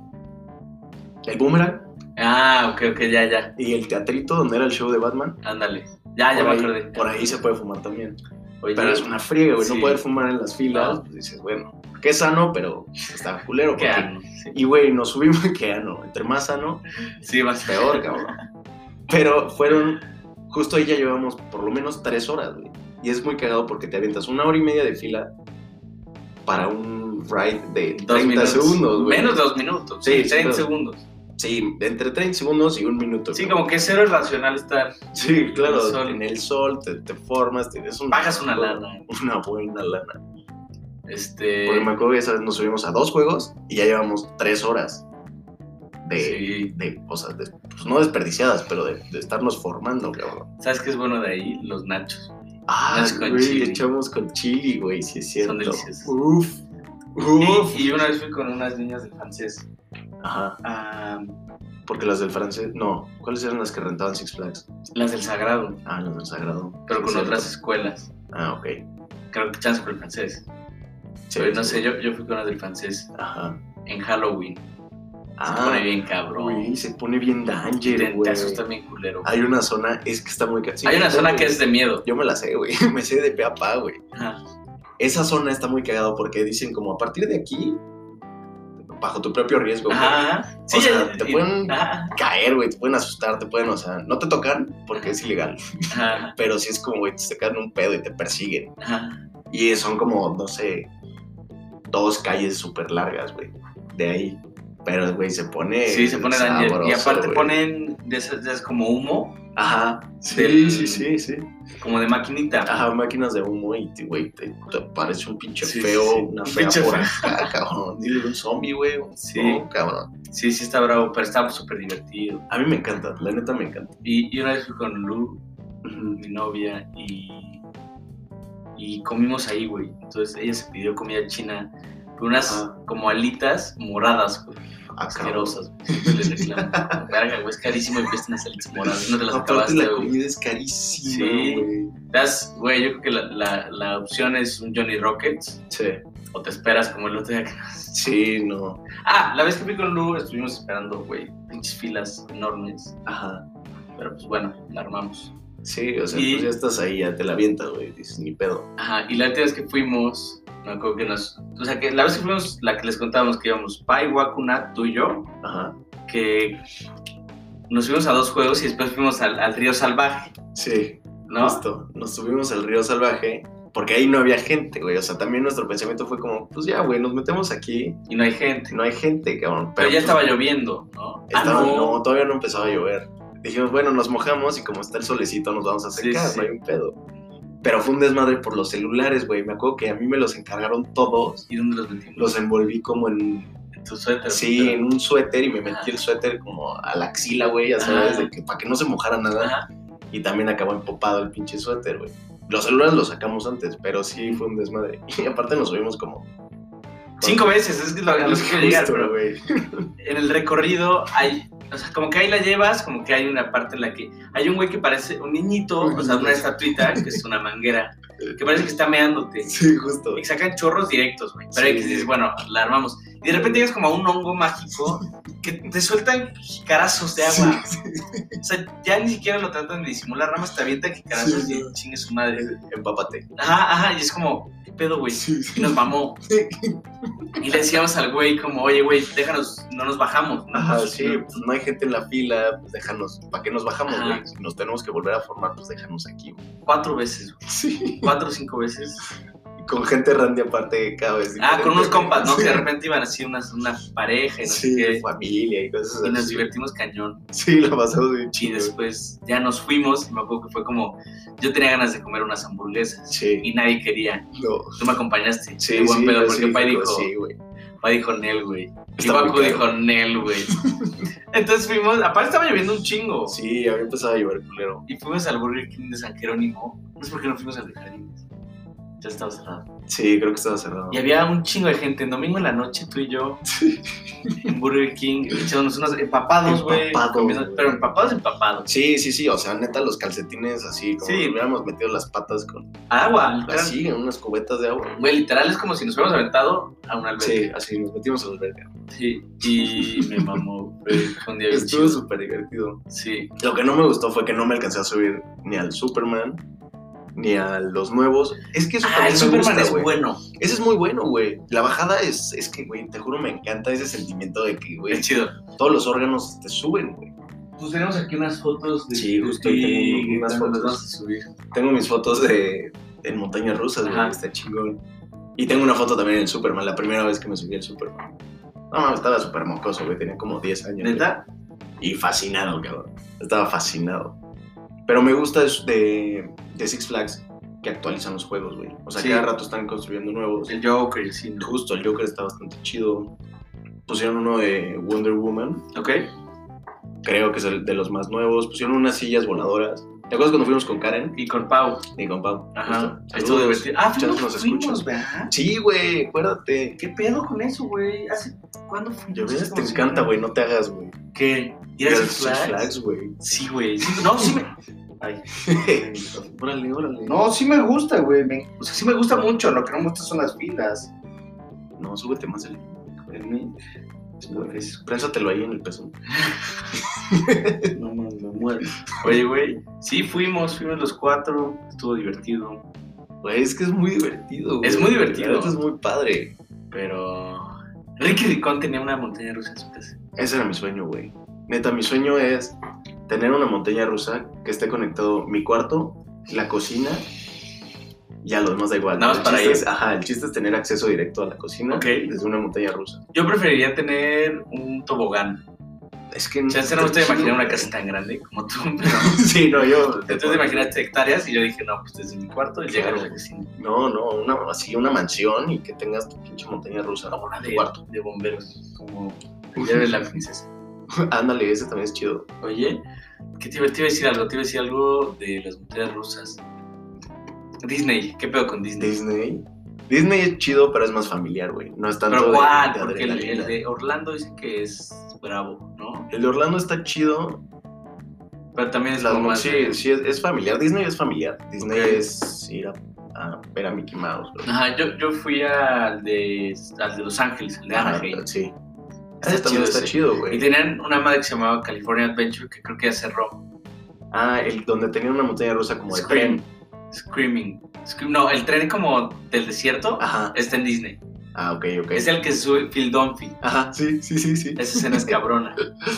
[SPEAKER 2] el Boomerang.
[SPEAKER 1] Ah, ok, ya.
[SPEAKER 2] Y el teatrito donde era el show de Batman.
[SPEAKER 1] Ándale. Ya me acordé.
[SPEAKER 2] Por ahí se puede fumar también.
[SPEAKER 1] Oye,
[SPEAKER 2] pero es una friega, güey.
[SPEAKER 1] Sí.
[SPEAKER 2] No poder fumar en las filas. No. Pues dices, bueno, qué sano, pero está culero.
[SPEAKER 1] Qué ano. Sí.
[SPEAKER 2] Y, güey, nos subimos, qué ano. Entre más sano,
[SPEAKER 1] sí, más
[SPEAKER 2] peor, cabrón. Pero justo ahí ya llevamos por lo menos 3 horas, güey. Y es muy cagado porque te avientas 1 hora y media de fila para un ride de 30 segundos, güey.
[SPEAKER 1] Menos de 2 minutos. Sí, 30 segundos.
[SPEAKER 2] Sí, entre 30 segundos y 1 minuto.
[SPEAKER 1] Sí, como que cero es racional estar.
[SPEAKER 2] Sí, claro, en el sol te formas,
[SPEAKER 1] pagas una lana.
[SPEAKER 2] Una buena lana.
[SPEAKER 1] Porque
[SPEAKER 2] me acuerdo que esa vez nos subimos a 2 juegos y ya llevamos 3 horas o sea, pues no desperdiciadas, pero de estarnos formando, cabrón.
[SPEAKER 1] ¿Sabes qué es bueno de ahí? Los nachos.
[SPEAKER 2] Güey, echamos con chili, güey, sí es cierto.
[SPEAKER 1] Son deliciosos.
[SPEAKER 2] Uf.
[SPEAKER 1] Y una vez fui con unas niñas del francés.
[SPEAKER 2] Ajá. Porque las del francés, no. ¿Cuáles eran las que rentaban Six Flags?
[SPEAKER 1] Las del Sagrado.
[SPEAKER 2] Las del Sagrado.
[SPEAKER 1] Pero con otras escuelas.
[SPEAKER 2] Ok.
[SPEAKER 1] Creo que chance por el francés.
[SPEAKER 2] Sí,
[SPEAKER 1] pero no sé, yo fui con las del francés.
[SPEAKER 2] Ajá.
[SPEAKER 1] En Halloween. Se pone bien cabrón.
[SPEAKER 2] Güey, se pone bien danger, güey.
[SPEAKER 1] Te asusta bien culero.
[SPEAKER 2] Hay una zona, es que está muy...
[SPEAKER 1] Sí, hay una zona que es de miedo.
[SPEAKER 2] Yo me la sé, güey. Me sé de pe a pa, güey. Ajá. Esa zona está muy cagado porque dicen como a partir de aquí, bajo tu propio riesgo, güey.
[SPEAKER 1] Sí,
[SPEAKER 2] o sea, te pueden caer, güey, te pueden asustar, o sea, no te tocan porque es ilegal. Pero sí es como, güey, te caen un pedo y te persiguen. Y son como, no sé, 2 calles súper largas, güey, de ahí. Pero, güey, se pone
[SPEAKER 1] daño. Y aparte
[SPEAKER 2] güey.
[SPEAKER 1] Ponen de esas como humo.
[SPEAKER 2] Ajá, sí.
[SPEAKER 1] Como de maquinita.
[SPEAKER 2] Ajá, máquinas de humo y, güey, te parece un pinche feo, una fea por acá, cabrón. Dile un zombie, güey.
[SPEAKER 1] Sí.
[SPEAKER 2] No, cabrón.
[SPEAKER 1] Sí, está bravo, pero está súper divertido.
[SPEAKER 2] A mí me encanta, la neta me encanta.
[SPEAKER 1] Y una vez fui con Lu, mi novia, y comimos ahí, güey. Entonces ella se pidió comida china, con unas como alitas moradas, güey. Asquerosas, güey. Les reclamo. Verga, güey, es carísimo y cuestan las alitas moradas. No te las acabaste,
[SPEAKER 2] la comida es carísima, güey.
[SPEAKER 1] Güey, yo creo que la opción es un Johnny Rockets.
[SPEAKER 2] Sí.
[SPEAKER 1] O te esperas como el otro día que...
[SPEAKER 2] Sí, no.
[SPEAKER 1] La vez que fui con Lu estuvimos esperando, güey, pinches filas enormes.
[SPEAKER 2] Ajá.
[SPEAKER 1] Pero pues bueno, la armamos.
[SPEAKER 2] Sí, o sea, pues ya estás ahí, ya te la avientas, güey, dices, ni pedo.
[SPEAKER 1] Ajá, y la última vez que fuimos, me acuerdo que o sea, que la vez que fuimos, la que les contábamos que íbamos, Pai, Wakuna, tú y yo,
[SPEAKER 2] ajá,
[SPEAKER 1] que nos fuimos a 2 juegos y después fuimos al Río Salvaje.
[SPEAKER 2] Sí,
[SPEAKER 1] ¿no?
[SPEAKER 2] Justo, nos subimos al Río Salvaje, porque ahí no había gente, güey, o sea, también nuestro pensamiento fue como, pues ya, güey, nos metemos aquí.
[SPEAKER 1] Y no hay gente.
[SPEAKER 2] No hay gente, cabrón.
[SPEAKER 1] Pero ya pues, estaba lloviendo, ¿no?
[SPEAKER 2] No, todavía no empezaba a llover. Dijimos, bueno, nos mojamos y como está el solecito nos vamos a secar, no hay un pedo. Pero fue un desmadre por los celulares, güey. Me acuerdo que a mí me los encargaron todos.
[SPEAKER 1] ¿Y dónde los metimos?
[SPEAKER 2] Los envolví como en
[SPEAKER 1] tu suéter.
[SPEAKER 2] Sí, en un suéter y me metí el suéter como a la axila, güey, ya sabes, de que para que no se mojara nada. Y también acabó empopado el pinche suéter, güey. Los celulares los sacamos antes, pero sí fue un desmadre. Y aparte nos subimos como
[SPEAKER 1] 5 veces, es que lo que quiero llegar, pero
[SPEAKER 2] güey.
[SPEAKER 1] En el recorrido hay, o sea, como que ahí la llevas, como que hay una parte en la que hay un güey que parece un niñito, o sea, una estatuita, que es una manguera, que parece que está meándote.
[SPEAKER 2] Sí, justo.
[SPEAKER 1] Y sacan chorros directos, güey. Pero hay que dices, bueno, la armamos. Y de repente llegas como a un hongo mágico que te sueltan jicarazos de agua. Sí. O sea, ya ni siquiera lo tratan de disimular, nada más te avientan jicarazos y chingue su madre.
[SPEAKER 2] Empápate.
[SPEAKER 1] Ajá, y es como, ¿qué pedo, güey? Y nos mamó. Y le decíamos al güey como, oye, güey, déjanos, no nos bajamos. ¿No?
[SPEAKER 2] Ajá, sí, pues no hay gente en la fila, pues déjanos, ¿para qué nos bajamos, güey? Si nos tenemos que volver a formar, pues déjanos aquí, güey.
[SPEAKER 1] 4 veces, güey.
[SPEAKER 2] Sí.
[SPEAKER 1] 4 o 5 veces.
[SPEAKER 2] Con gente randy aparte cada vez.
[SPEAKER 1] Con unos compas, ¿no? Que de repente iban así una pareja y no sé qué.
[SPEAKER 2] Familia y cosas así.
[SPEAKER 1] Y nos divertimos cañón.
[SPEAKER 2] Sí, lo pasamos bien chido.
[SPEAKER 1] Y después ya nos fuimos y me acuerdo que fue como, yo tenía ganas de comer unas hamburguesas.
[SPEAKER 2] Sí.
[SPEAKER 1] Y nadie quería.
[SPEAKER 2] No.
[SPEAKER 1] Tú me acompañaste.
[SPEAKER 2] Sí,
[SPEAKER 1] de buen pedo, porque Pai dijo,
[SPEAKER 2] sí, güey.
[SPEAKER 1] Pai dijo Nel, güey. Y Baku dijo Nel, güey. Entonces fuimos, aparte estaba lloviendo un chingo.
[SPEAKER 2] Sí, había empezado a llover culero.
[SPEAKER 1] Y fuimos al Burger King de San Jerónimo. No sé por qué no fuimos al de Jardines. Ya estaba cerrado.
[SPEAKER 2] Sí, creo que estaba cerrado.
[SPEAKER 1] Y había un chingo de gente. En domingo en la noche, tú y yo, en Burger King, echándonos unos empapados, güey. Pero empapados.
[SPEAKER 2] Sí. O sea, neta, los calcetines así, como si hubiéramos metido las patas con
[SPEAKER 1] agua.
[SPEAKER 2] Así, en unas cubetas de agua.
[SPEAKER 1] Güey, literal es como si nos hubiéramos aventado a una alberca.
[SPEAKER 2] Sí, así, nos metimos a la alberca.
[SPEAKER 1] Sí, y me mamó. Fue un día bien
[SPEAKER 2] Estuvo súper divertido.
[SPEAKER 1] Sí.
[SPEAKER 2] Lo que no me gustó fue que no me alcancé a subir ni al Superman, ni a los nuevos. Es que eso
[SPEAKER 1] el Superman es bueno.
[SPEAKER 2] Ese es muy bueno, güey. La bajada es que, güey, te juro, me encanta ese sentimiento de que, güey,
[SPEAKER 1] es chido.
[SPEAKER 2] Todos los órganos te suben, güey.
[SPEAKER 1] Pues tenemos aquí unas fotos de...
[SPEAKER 2] Sí, justo, tengo unas fotos.
[SPEAKER 1] Vamos a subir.
[SPEAKER 2] Tengo mis fotos en montañas rusas, güey, está chingón. Y tengo una foto también en el Superman, la primera vez que me subí al Superman. No, estaba súper mocoso, güey, tenía como 10 años.
[SPEAKER 1] ¿Neta?
[SPEAKER 2] Y fascinado, cabrón. Estaba fascinado. Pero me gusta de Six Flags que actualizan los juegos, güey. O sea, cada rato están construyendo nuevos.
[SPEAKER 1] El Joker, sí.
[SPEAKER 2] Justo, el Joker está bastante chido. Pusieron uno de Wonder Woman.
[SPEAKER 1] Ok.
[SPEAKER 2] Creo que es el de los más nuevos. Pusieron unas sillas voladoras. ¿Te acuerdas cuando fuimos con Karen?
[SPEAKER 1] Y con Pau.
[SPEAKER 2] Ajá.
[SPEAKER 1] Estuvo divertido.
[SPEAKER 2] Fuimos, ¿verdad? Sí, güey, acuérdate.
[SPEAKER 1] ¿Qué pedo con eso, güey? ¿Cuándo fuimos?
[SPEAKER 2] Yo ves, te encanta, güey, no te hagas, güey.
[SPEAKER 1] ¿Qué? ¿Ir a Six
[SPEAKER 2] Flags, güey?
[SPEAKER 1] Sí, güey. No, sí me...
[SPEAKER 2] Ay. Órale.
[SPEAKER 1] No, sí me gusta, güey. O sea, sí me gusta mucho. Lo que no me gusta son las filas.
[SPEAKER 2] No, súbete más el Prénsatelo ahí en el peso.
[SPEAKER 1] No mames, me muero. Oye, güey, sí fuimos los 4. Estuvo divertido.
[SPEAKER 2] Güey, es que es muy divertido, güey.
[SPEAKER 1] Es muy divertido.
[SPEAKER 2] Es muy padre.
[SPEAKER 1] Pero... Ricky Ricón tenía una montaña rusa en su casa.
[SPEAKER 2] Ese era mi sueño, güey. Neta, mi sueño es tener una montaña rusa que esté conectado mi cuarto, la cocina Ya lo demás da igual.
[SPEAKER 1] Nada más para ir.
[SPEAKER 2] El chiste es tener acceso directo a la cocina desde una montaña rusa.
[SPEAKER 1] Yo preferiría tener un tobogán.
[SPEAKER 2] Es que
[SPEAKER 1] no me estoy imaginando una casa tan grande como tú, pero...
[SPEAKER 2] Sí, no, yo...
[SPEAKER 1] Entonces imaginaste hectáreas y yo dije, no, pues desde mi cuarto y llegar a la cocina.
[SPEAKER 2] No, una mansión y que tengas tu pinche montaña rusa.
[SPEAKER 1] No, una de cuarto. De bomberos, como el de la princesa.
[SPEAKER 2] Ándale, ese también es chido.
[SPEAKER 1] Oye, ¿qué te iba a decir algo? Te iba a decir algo de las montañas rusas. Disney, ¿qué pedo con Disney?
[SPEAKER 2] Disney es chido, pero es más familiar, güey. No es tanto
[SPEAKER 1] pero ¿cuál?
[SPEAKER 2] de
[SPEAKER 1] Porque el de Orlando dicen que es bravo, ¿no?
[SPEAKER 2] El de Orlando está chido.
[SPEAKER 1] Pero también es como más...
[SPEAKER 2] Sí, es familiar. Disney es familiar. Disney es ir a ver a Mickey Mouse. Bro.
[SPEAKER 1] Ajá, yo fui al de Los Ángeles, el de Anaheim.
[SPEAKER 2] Sí. Ese también está chido, güey.
[SPEAKER 1] Y tenían una madre que se llamaba California Adventure, que creo que ya cerró.
[SPEAKER 2] Donde tenían una montaña rusa como de
[SPEAKER 1] tren. No, el tren como del desierto está en Disney.
[SPEAKER 2] Ok.
[SPEAKER 1] Es el que sube Phil Dunphy.
[SPEAKER 2] Ajá, sí.
[SPEAKER 1] Esa escena es cabrona.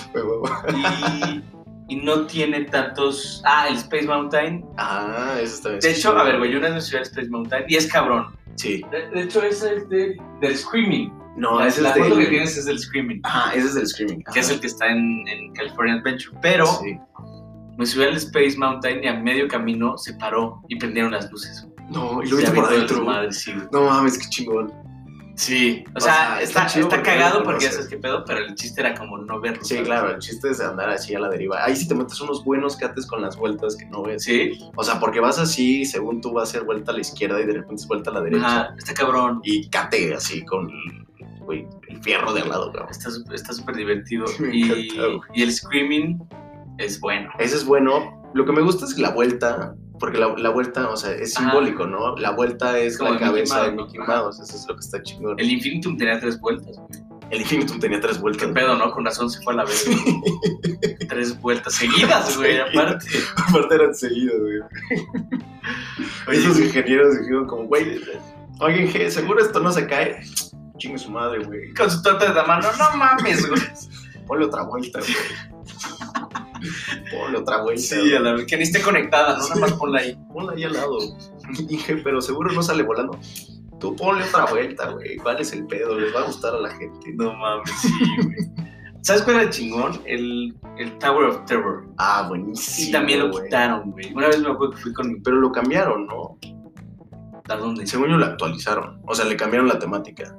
[SPEAKER 1] y no tiene tantos... el Space Mountain.
[SPEAKER 2] Eso está bien.
[SPEAKER 1] De hecho, a ver, güey, yo una vez me subí al Space Mountain y es cabrón.
[SPEAKER 2] Sí.
[SPEAKER 1] De hecho, ese es del Screaming.
[SPEAKER 2] No, ese
[SPEAKER 1] la foto que tienes es del Screaming.
[SPEAKER 2] Ese es del Screaming.
[SPEAKER 1] Que es el que está en California Adventure. Pero me subí al Space Mountain y a medio camino se paró y prendieron las luces.
[SPEAKER 2] No, y lo viste por adentro.
[SPEAKER 1] Madre, sí.
[SPEAKER 2] No mames, qué chingón.
[SPEAKER 1] Sí, o sea, está cagado porque ya sabes qué pedo, pero el chiste era como no verlo.
[SPEAKER 2] Sí, claro, el chiste es andar así a la deriva. Ahí sí te metes unos buenos cates con las vueltas que no ves.
[SPEAKER 1] Sí.
[SPEAKER 2] O sea, porque vas así, según tú vas a hacer vuelta a la izquierda y de repente es vuelta a la derecha.
[SPEAKER 1] Está cabrón.
[SPEAKER 2] Y cate así con el fierro de al lado, cabrón.
[SPEAKER 1] Está súper divertido. Y el Screaming es bueno.
[SPEAKER 2] Ese es bueno. Lo que me gusta es la vuelta. Porque la vuelta, o sea, es simbólico, ¿no? La vuelta es como la cabeza de Mickey Mouse, eso es lo que está chingón.
[SPEAKER 1] El Infinitum tenía 3 vueltas, güey.
[SPEAKER 2] El Infinitum tenía 3 vueltas.
[SPEAKER 1] Qué pedo, ¿no? Con razón se fue a la vez. 3 vueltas seguidas, güey, aparte.
[SPEAKER 2] Aparte eran seguidas, güey. Esos ingenieros dijeron como, güey, oigan, ¿seguro esto no se cae? Chingue su madre, güey.
[SPEAKER 1] Con su torta de tamal, no mames, güey.
[SPEAKER 2] Ponle otra vuelta, güey. Ponle otra vuelta.
[SPEAKER 1] Sí, a la vez, que ni esté conectada, ¿no? Nada más ponla ahí.
[SPEAKER 2] Ponla ahí al lado. Dije, pero seguro no sale volando. Tú ponle otra vuelta, güey. ¿Cuál es el pedo? Les va a gustar a la gente.
[SPEAKER 1] No mames, sí, güey. ¿Sabes cuál era el chingón? El Tower of Terror.
[SPEAKER 2] Buenísimo.
[SPEAKER 1] Y también lo quitaron, güey. Una vez me acuerdo que fui con mi...
[SPEAKER 2] Pero lo cambiaron, ¿no?
[SPEAKER 1] ¿A dónde?
[SPEAKER 2] Según yo lo actualizaron. O sea, le cambiaron la temática.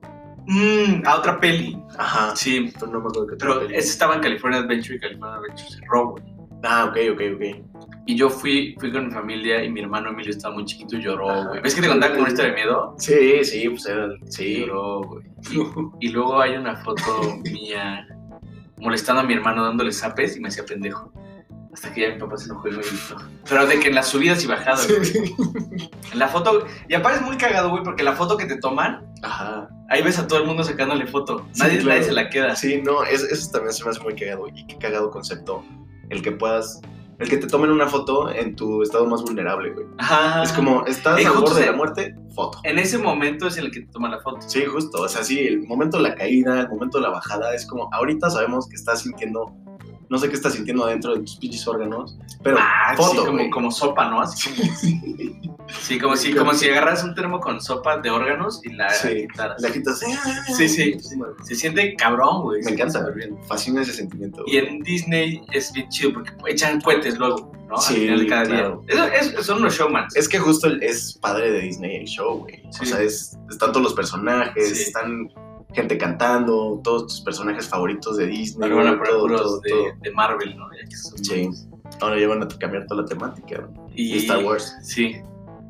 [SPEAKER 1] A otra peli.
[SPEAKER 2] Ajá.
[SPEAKER 1] Sí.
[SPEAKER 2] Pero no me acuerdo qué
[SPEAKER 1] Pero ese estaba en California Adventure y California Adventure cerró, güey.
[SPEAKER 2] Ok.
[SPEAKER 1] Y yo fui con mi familia y mi hermano Emilio estaba muy chiquito y lloró, güey. ¿Ves que te contaba como una historia de miedo?
[SPEAKER 2] Sí, pues era... Sí.
[SPEAKER 1] Lloró, güey. Y luego hay una foto mía molestando a mi hermano dándole zapes y me hacía pendejo. Hasta que ya mi papá se enojó y me gritó. Pero de que en las subidas y bajadas, güey. En la foto... Y aparte es muy cagado, güey, porque la foto que te toman... Ahí ves a todo el mundo sacándole foto. Nadie se la queda.
[SPEAKER 2] Sí, no, eso también se me hace muy cagado. Y qué cagado concepto. El que te tomen una foto en tu estado más vulnerable, güey. Es como, estás al borde de la muerte, foto.
[SPEAKER 1] En ese momento es el que te toma la foto.
[SPEAKER 2] Sí, justo. O sea, sí, el momento de la caída, el momento de la bajada, es como, ahorita sabemos que estás sintiendo... No sé qué estás sintiendo adentro de tus pinches órganos, pero foto,
[SPEAKER 1] sí, como sopa, ¿no? Así sí, como si agarras un termo con sopa de órganos y la agitaras.
[SPEAKER 2] La agitas.
[SPEAKER 1] Sí. Se siente cabrón, güey.
[SPEAKER 2] Me encanta, fascina ese sentimiento.
[SPEAKER 1] Y en Disney es bien chido porque echan cohetes luego, ¿no?
[SPEAKER 2] Sí,
[SPEAKER 1] al final de cada día. Son unos showmans.
[SPEAKER 2] Es que justo es padre de Disney el show, güey. Sí. O sea, están todos los personajes, están... gente cantando, todos tus personajes favoritos de Disney.
[SPEAKER 1] Ahora van a poner puros de Marvel, ¿no?
[SPEAKER 2] Sí. Ahora ya van a cambiar toda la temática. Y Star Wars.
[SPEAKER 1] Sí.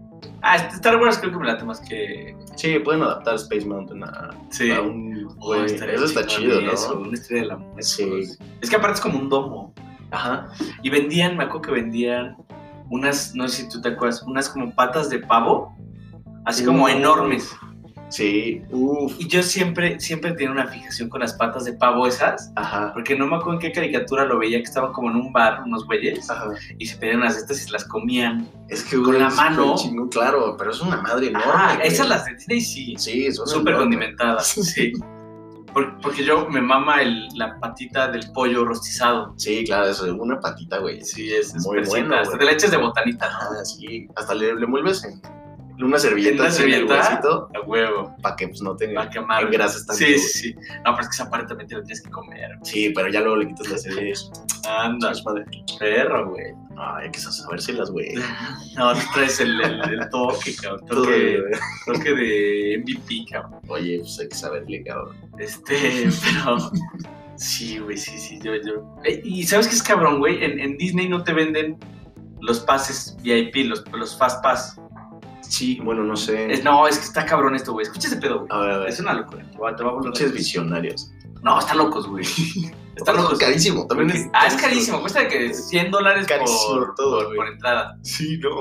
[SPEAKER 1] Star Wars creo que me late más que...
[SPEAKER 2] Sí, pueden adaptar Space Mountain a un... eso está chido, ¿no?
[SPEAKER 1] Una estrella de la muerte.
[SPEAKER 2] Sí.
[SPEAKER 1] Es que aparte es como un domo. Y me acuerdo que vendían unas, no sé si tú te acuerdas, unas como patas de pavo, así como enormes.
[SPEAKER 2] Sí,
[SPEAKER 1] Y yo siempre tenía una fijación con las patas de pavo esas. Porque no me acuerdo en qué caricatura lo veía, que estaban como en un bar, unos güeyes, y se pedían unas de estas y se las comían.
[SPEAKER 2] Es que
[SPEAKER 1] con la mano.
[SPEAKER 2] Chingón, claro, pero es una madre enorme.
[SPEAKER 1] Esas las de Disney sí.
[SPEAKER 2] Sí, son
[SPEAKER 1] súper condimentadas, sí. Porque yo me mama la patita del pollo rostizado.
[SPEAKER 2] Sí, claro, eso es una patita, güey.
[SPEAKER 1] Sí, es
[SPEAKER 2] muy bueno.
[SPEAKER 1] Hasta te la echas de botanita, ¿no?
[SPEAKER 2] Sí, hasta le envuelves una servilleta.
[SPEAKER 1] ¿Una servilleta?
[SPEAKER 2] Huesito,
[SPEAKER 1] A huevo.
[SPEAKER 2] para que pues no tenga
[SPEAKER 1] Para quemar.
[SPEAKER 2] grasas tanto.
[SPEAKER 1] Sí. No, pero es que esa parte también te lo tienes que comer.
[SPEAKER 2] Sí, pero ya luego le quitas la servilleta.
[SPEAKER 1] Anda,
[SPEAKER 2] Madre.
[SPEAKER 1] perro, güey.
[SPEAKER 2] Ay, hay que saber si las güey.
[SPEAKER 1] No, tú traes el toque, cabrón. Toque de MVP, cabrón.
[SPEAKER 2] Oye, pues hay que saberle, cabrón.
[SPEAKER 1] Pero... Sí, güey, sí. Yo. ¿Y sabes qué es cabrón, güey? En Disney no te venden los pases VIP, los Fast Pass.
[SPEAKER 2] Sí, bueno, no sé.
[SPEAKER 1] Es que está cabrón esto, güey. Escucha ese pedo, güey.
[SPEAKER 2] A ver.
[SPEAKER 1] Es una locura. Te va a volver
[SPEAKER 2] Pinches visionarios.
[SPEAKER 1] No, están locos, güey. Están locos.
[SPEAKER 2] Carísimo. También
[SPEAKER 1] es carísimo. Cuesta de que $100 por entrada.
[SPEAKER 2] Sí, no.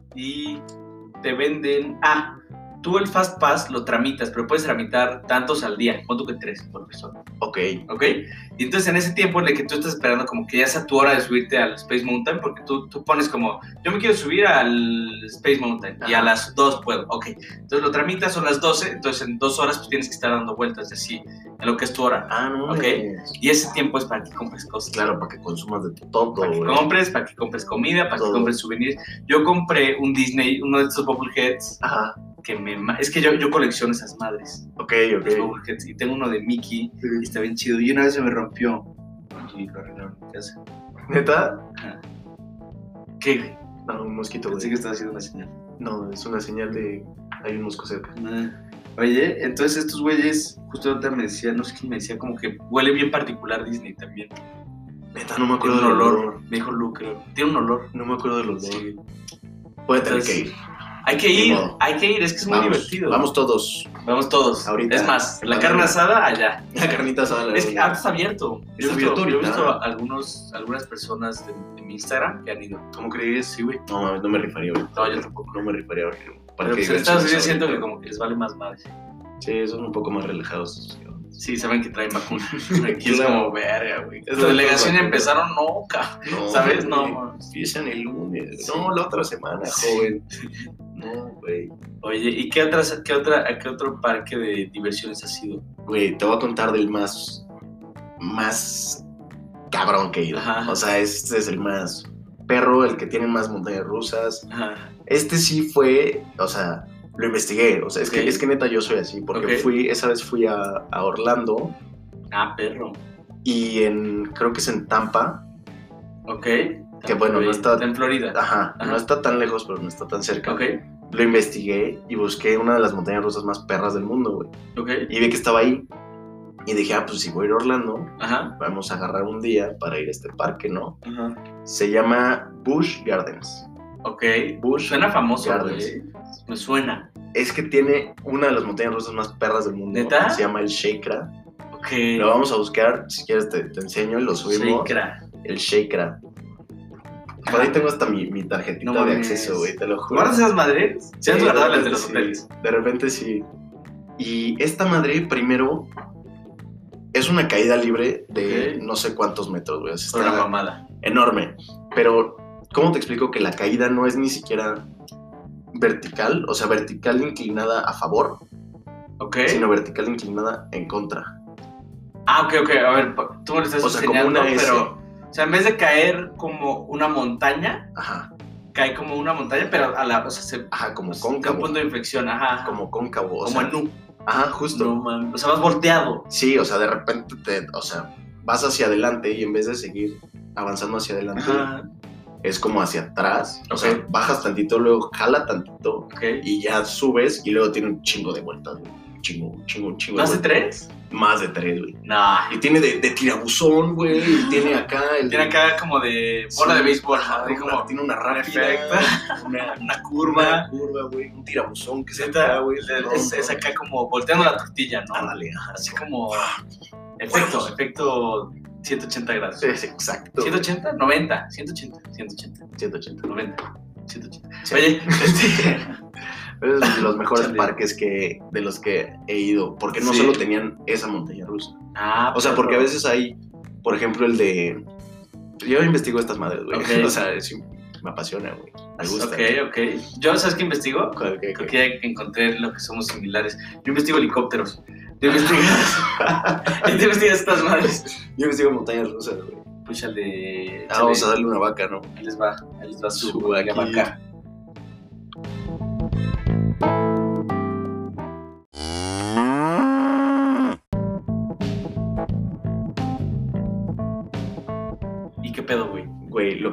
[SPEAKER 1] Y te venden... tú el Fast Pass lo tramitas, pero puedes tramitar tantos al día. ¿Cuánto que 3 por persona?
[SPEAKER 2] Ok.
[SPEAKER 1] Y entonces en ese tiempo en el que tú estás esperando como que ya sea tu hora de subirte al Space Mountain, porque tú pones como, yo me quiero subir al Space Mountain y a las 2 puedo. Ok. Entonces lo tramitas, son las 12, entonces en 2 horas pues tienes que estar dando vueltas así, en lo que es tu hora.
[SPEAKER 2] No.
[SPEAKER 1] Ok. Y ese tiempo es para que compres cosas.
[SPEAKER 2] Claro, para que consumas de todo,
[SPEAKER 1] para que compres comida, para que compres souvenirs. Yo compré un Disney, uno de estos Bubbleheads.
[SPEAKER 2] Ajá.
[SPEAKER 1] Es que yo colecciono esas madres.
[SPEAKER 2] Ok.
[SPEAKER 1] Y tengo uno de Mickey y está bien chido. Y una vez se me rompió y lo arreglaron en mi casa.
[SPEAKER 2] ¿Neta?
[SPEAKER 1] Ajá. ¿Qué, güey?
[SPEAKER 2] No, un mosquito, güey.
[SPEAKER 1] Pensé que estaba haciendo una señal.
[SPEAKER 2] No, es una señal de... Hay un mosco cerca.
[SPEAKER 1] Oye, entonces estos güeyes, justo ahorita me decía, no sé quién me decía, como que huele bien particular Disney también.
[SPEAKER 2] Neta, no me acuerdo
[SPEAKER 1] del
[SPEAKER 2] olor.
[SPEAKER 1] olor. Me dijo Luke, creo. Tiene un olor.
[SPEAKER 2] No me acuerdo del olor.
[SPEAKER 1] Sí.
[SPEAKER 2] Puede tener que ir.
[SPEAKER 1] Hay que ir, es que es muy divertido.
[SPEAKER 2] Vamos todos.
[SPEAKER 1] Ahorita. Es más, la carne asada allá.
[SPEAKER 2] La carnita asada.
[SPEAKER 1] Es que ahora está abierto. Yo he visto algunas personas de mi Instagram que han ido.
[SPEAKER 2] ¿Cómo crees?
[SPEAKER 1] Sí, güey.
[SPEAKER 2] No me rifaría, güey.
[SPEAKER 1] No, yo tampoco.
[SPEAKER 2] No me rifaría, güey.
[SPEAKER 1] Pero pues en Estados Unidos siento que como que les vale más madre.
[SPEAKER 2] Sí, son un poco más relajados.
[SPEAKER 1] Sí, saben que traen vacuna. Aquí es como verga, güey. La delegación ya empezaron, cabrón. ¿Sabes? No.
[SPEAKER 2] Empiezan el lunes. No, la otra semana, joven. No, güey.
[SPEAKER 1] Oye, ¿y a qué otro parque de diversiones has ido?
[SPEAKER 2] Güey, te voy a contar del más cabrón que he ido.
[SPEAKER 1] Ajá.
[SPEAKER 2] O sea, este es el más perro, el que tiene más montañas rusas.
[SPEAKER 1] Ajá.
[SPEAKER 2] Este sí fue, o sea, lo investigué. O sea, es que neta yo soy así, porque esa vez fui a Orlando.
[SPEAKER 1] Perro.
[SPEAKER 2] Y creo que es en Tampa.
[SPEAKER 1] Ok.
[SPEAKER 2] Que bueno, no está...
[SPEAKER 1] en Florida.
[SPEAKER 2] Ajá, no está tan lejos, pero no está tan cerca.
[SPEAKER 1] Ok.
[SPEAKER 2] Lo investigué y busqué una de las montañas rusas más perras del mundo, güey.
[SPEAKER 1] Ok.
[SPEAKER 2] Y vi que estaba ahí. Y dije, pues si voy a ir a Orlando,
[SPEAKER 1] ajá,
[SPEAKER 2] vamos a agarrar un día para ir a este parque, ¿no?
[SPEAKER 1] Ajá.
[SPEAKER 2] Se llama Busch Gardens.
[SPEAKER 1] Ok.
[SPEAKER 2] Busch
[SPEAKER 1] suena famoso,
[SPEAKER 2] Gardens.
[SPEAKER 1] Güey. Me suena.
[SPEAKER 2] Es que tiene una de las montañas rusas más perras del mundo.
[SPEAKER 1] ¿Neta?
[SPEAKER 2] Se llama el Shakra.
[SPEAKER 1] Ok.
[SPEAKER 2] Lo vamos a buscar, si quieres te enseño y lo subimos.
[SPEAKER 1] Shakra.
[SPEAKER 2] El Shakra. Por ahí tengo hasta mi tarjetita de acceso, güey, te lo juro.
[SPEAKER 1] ¿Guardas esas madres?
[SPEAKER 2] Sí,
[SPEAKER 1] has guardado las de los hoteles.
[SPEAKER 2] De repente sí. Y esta madre, primero, es una caída libre de no sé cuántos metros, güey.
[SPEAKER 1] Está una mamada.
[SPEAKER 2] Enorme. Pero, ¿cómo te explico que la caída no es ni siquiera vertical? O sea, vertical inclinada a favor.
[SPEAKER 1] Ok.
[SPEAKER 2] Sino vertical inclinada en contra.
[SPEAKER 1] Ok. A ver, tú me lo estás enseñando, pero... O sea, en vez de caer como una montaña,
[SPEAKER 2] ajá,
[SPEAKER 1] cae como una montaña, pero
[SPEAKER 2] como cóncavo.
[SPEAKER 1] Un punto de inflexión, ajá.
[SPEAKER 2] Como cóncavo.
[SPEAKER 1] Como en U.
[SPEAKER 2] Ajá, justo.
[SPEAKER 1] No, man. O sea, vas volteado.
[SPEAKER 2] Sí, o sea, de repente vas hacia adelante y en vez de seguir avanzando hacia adelante, es como hacia atrás. O sea, bajas tantito, luego jala tantito y ya subes y luego tiene un chingo de vueltas, güey. Un chingo.
[SPEAKER 1] ¿Más de 3?
[SPEAKER 2] Más de 3, güey.
[SPEAKER 1] Nah.
[SPEAKER 2] Y tiene de tirabuzón, güey. Y tiene acá...
[SPEAKER 1] Tiene acá como de bola de béisbol.
[SPEAKER 2] Tiene una rápida.
[SPEAKER 1] Una curva.
[SPEAKER 2] Güey. Un tirabuzón que se
[SPEAKER 1] acá, güey. Es acá como volteando la tortilla, ¿no?
[SPEAKER 2] Ándale.
[SPEAKER 1] Así como... Efecto 180 grados.
[SPEAKER 2] Sí, exacto.
[SPEAKER 1] 180, 90. 180. 90. 180. Sí. Oye,
[SPEAKER 2] es de los mejores parques de los que he ido, porque no solo tenían esa montaña rusa. O sea, porque a veces hay, por ejemplo, el de... Yo investigo estas madres, güey. O sea, me apasiona, güey. Me gusta.
[SPEAKER 1] Ok. ¿Yo sabes qué investigo?
[SPEAKER 2] Creo
[SPEAKER 1] que ya encontré lo que somos similares. Yo investigo helicópteros. Tú investigas estas madres.
[SPEAKER 2] Yo investigo montañas rusas, güey.
[SPEAKER 1] Púchale.
[SPEAKER 2] Vamos a darle una vaca, ¿no?
[SPEAKER 1] Ahí les va su vaca.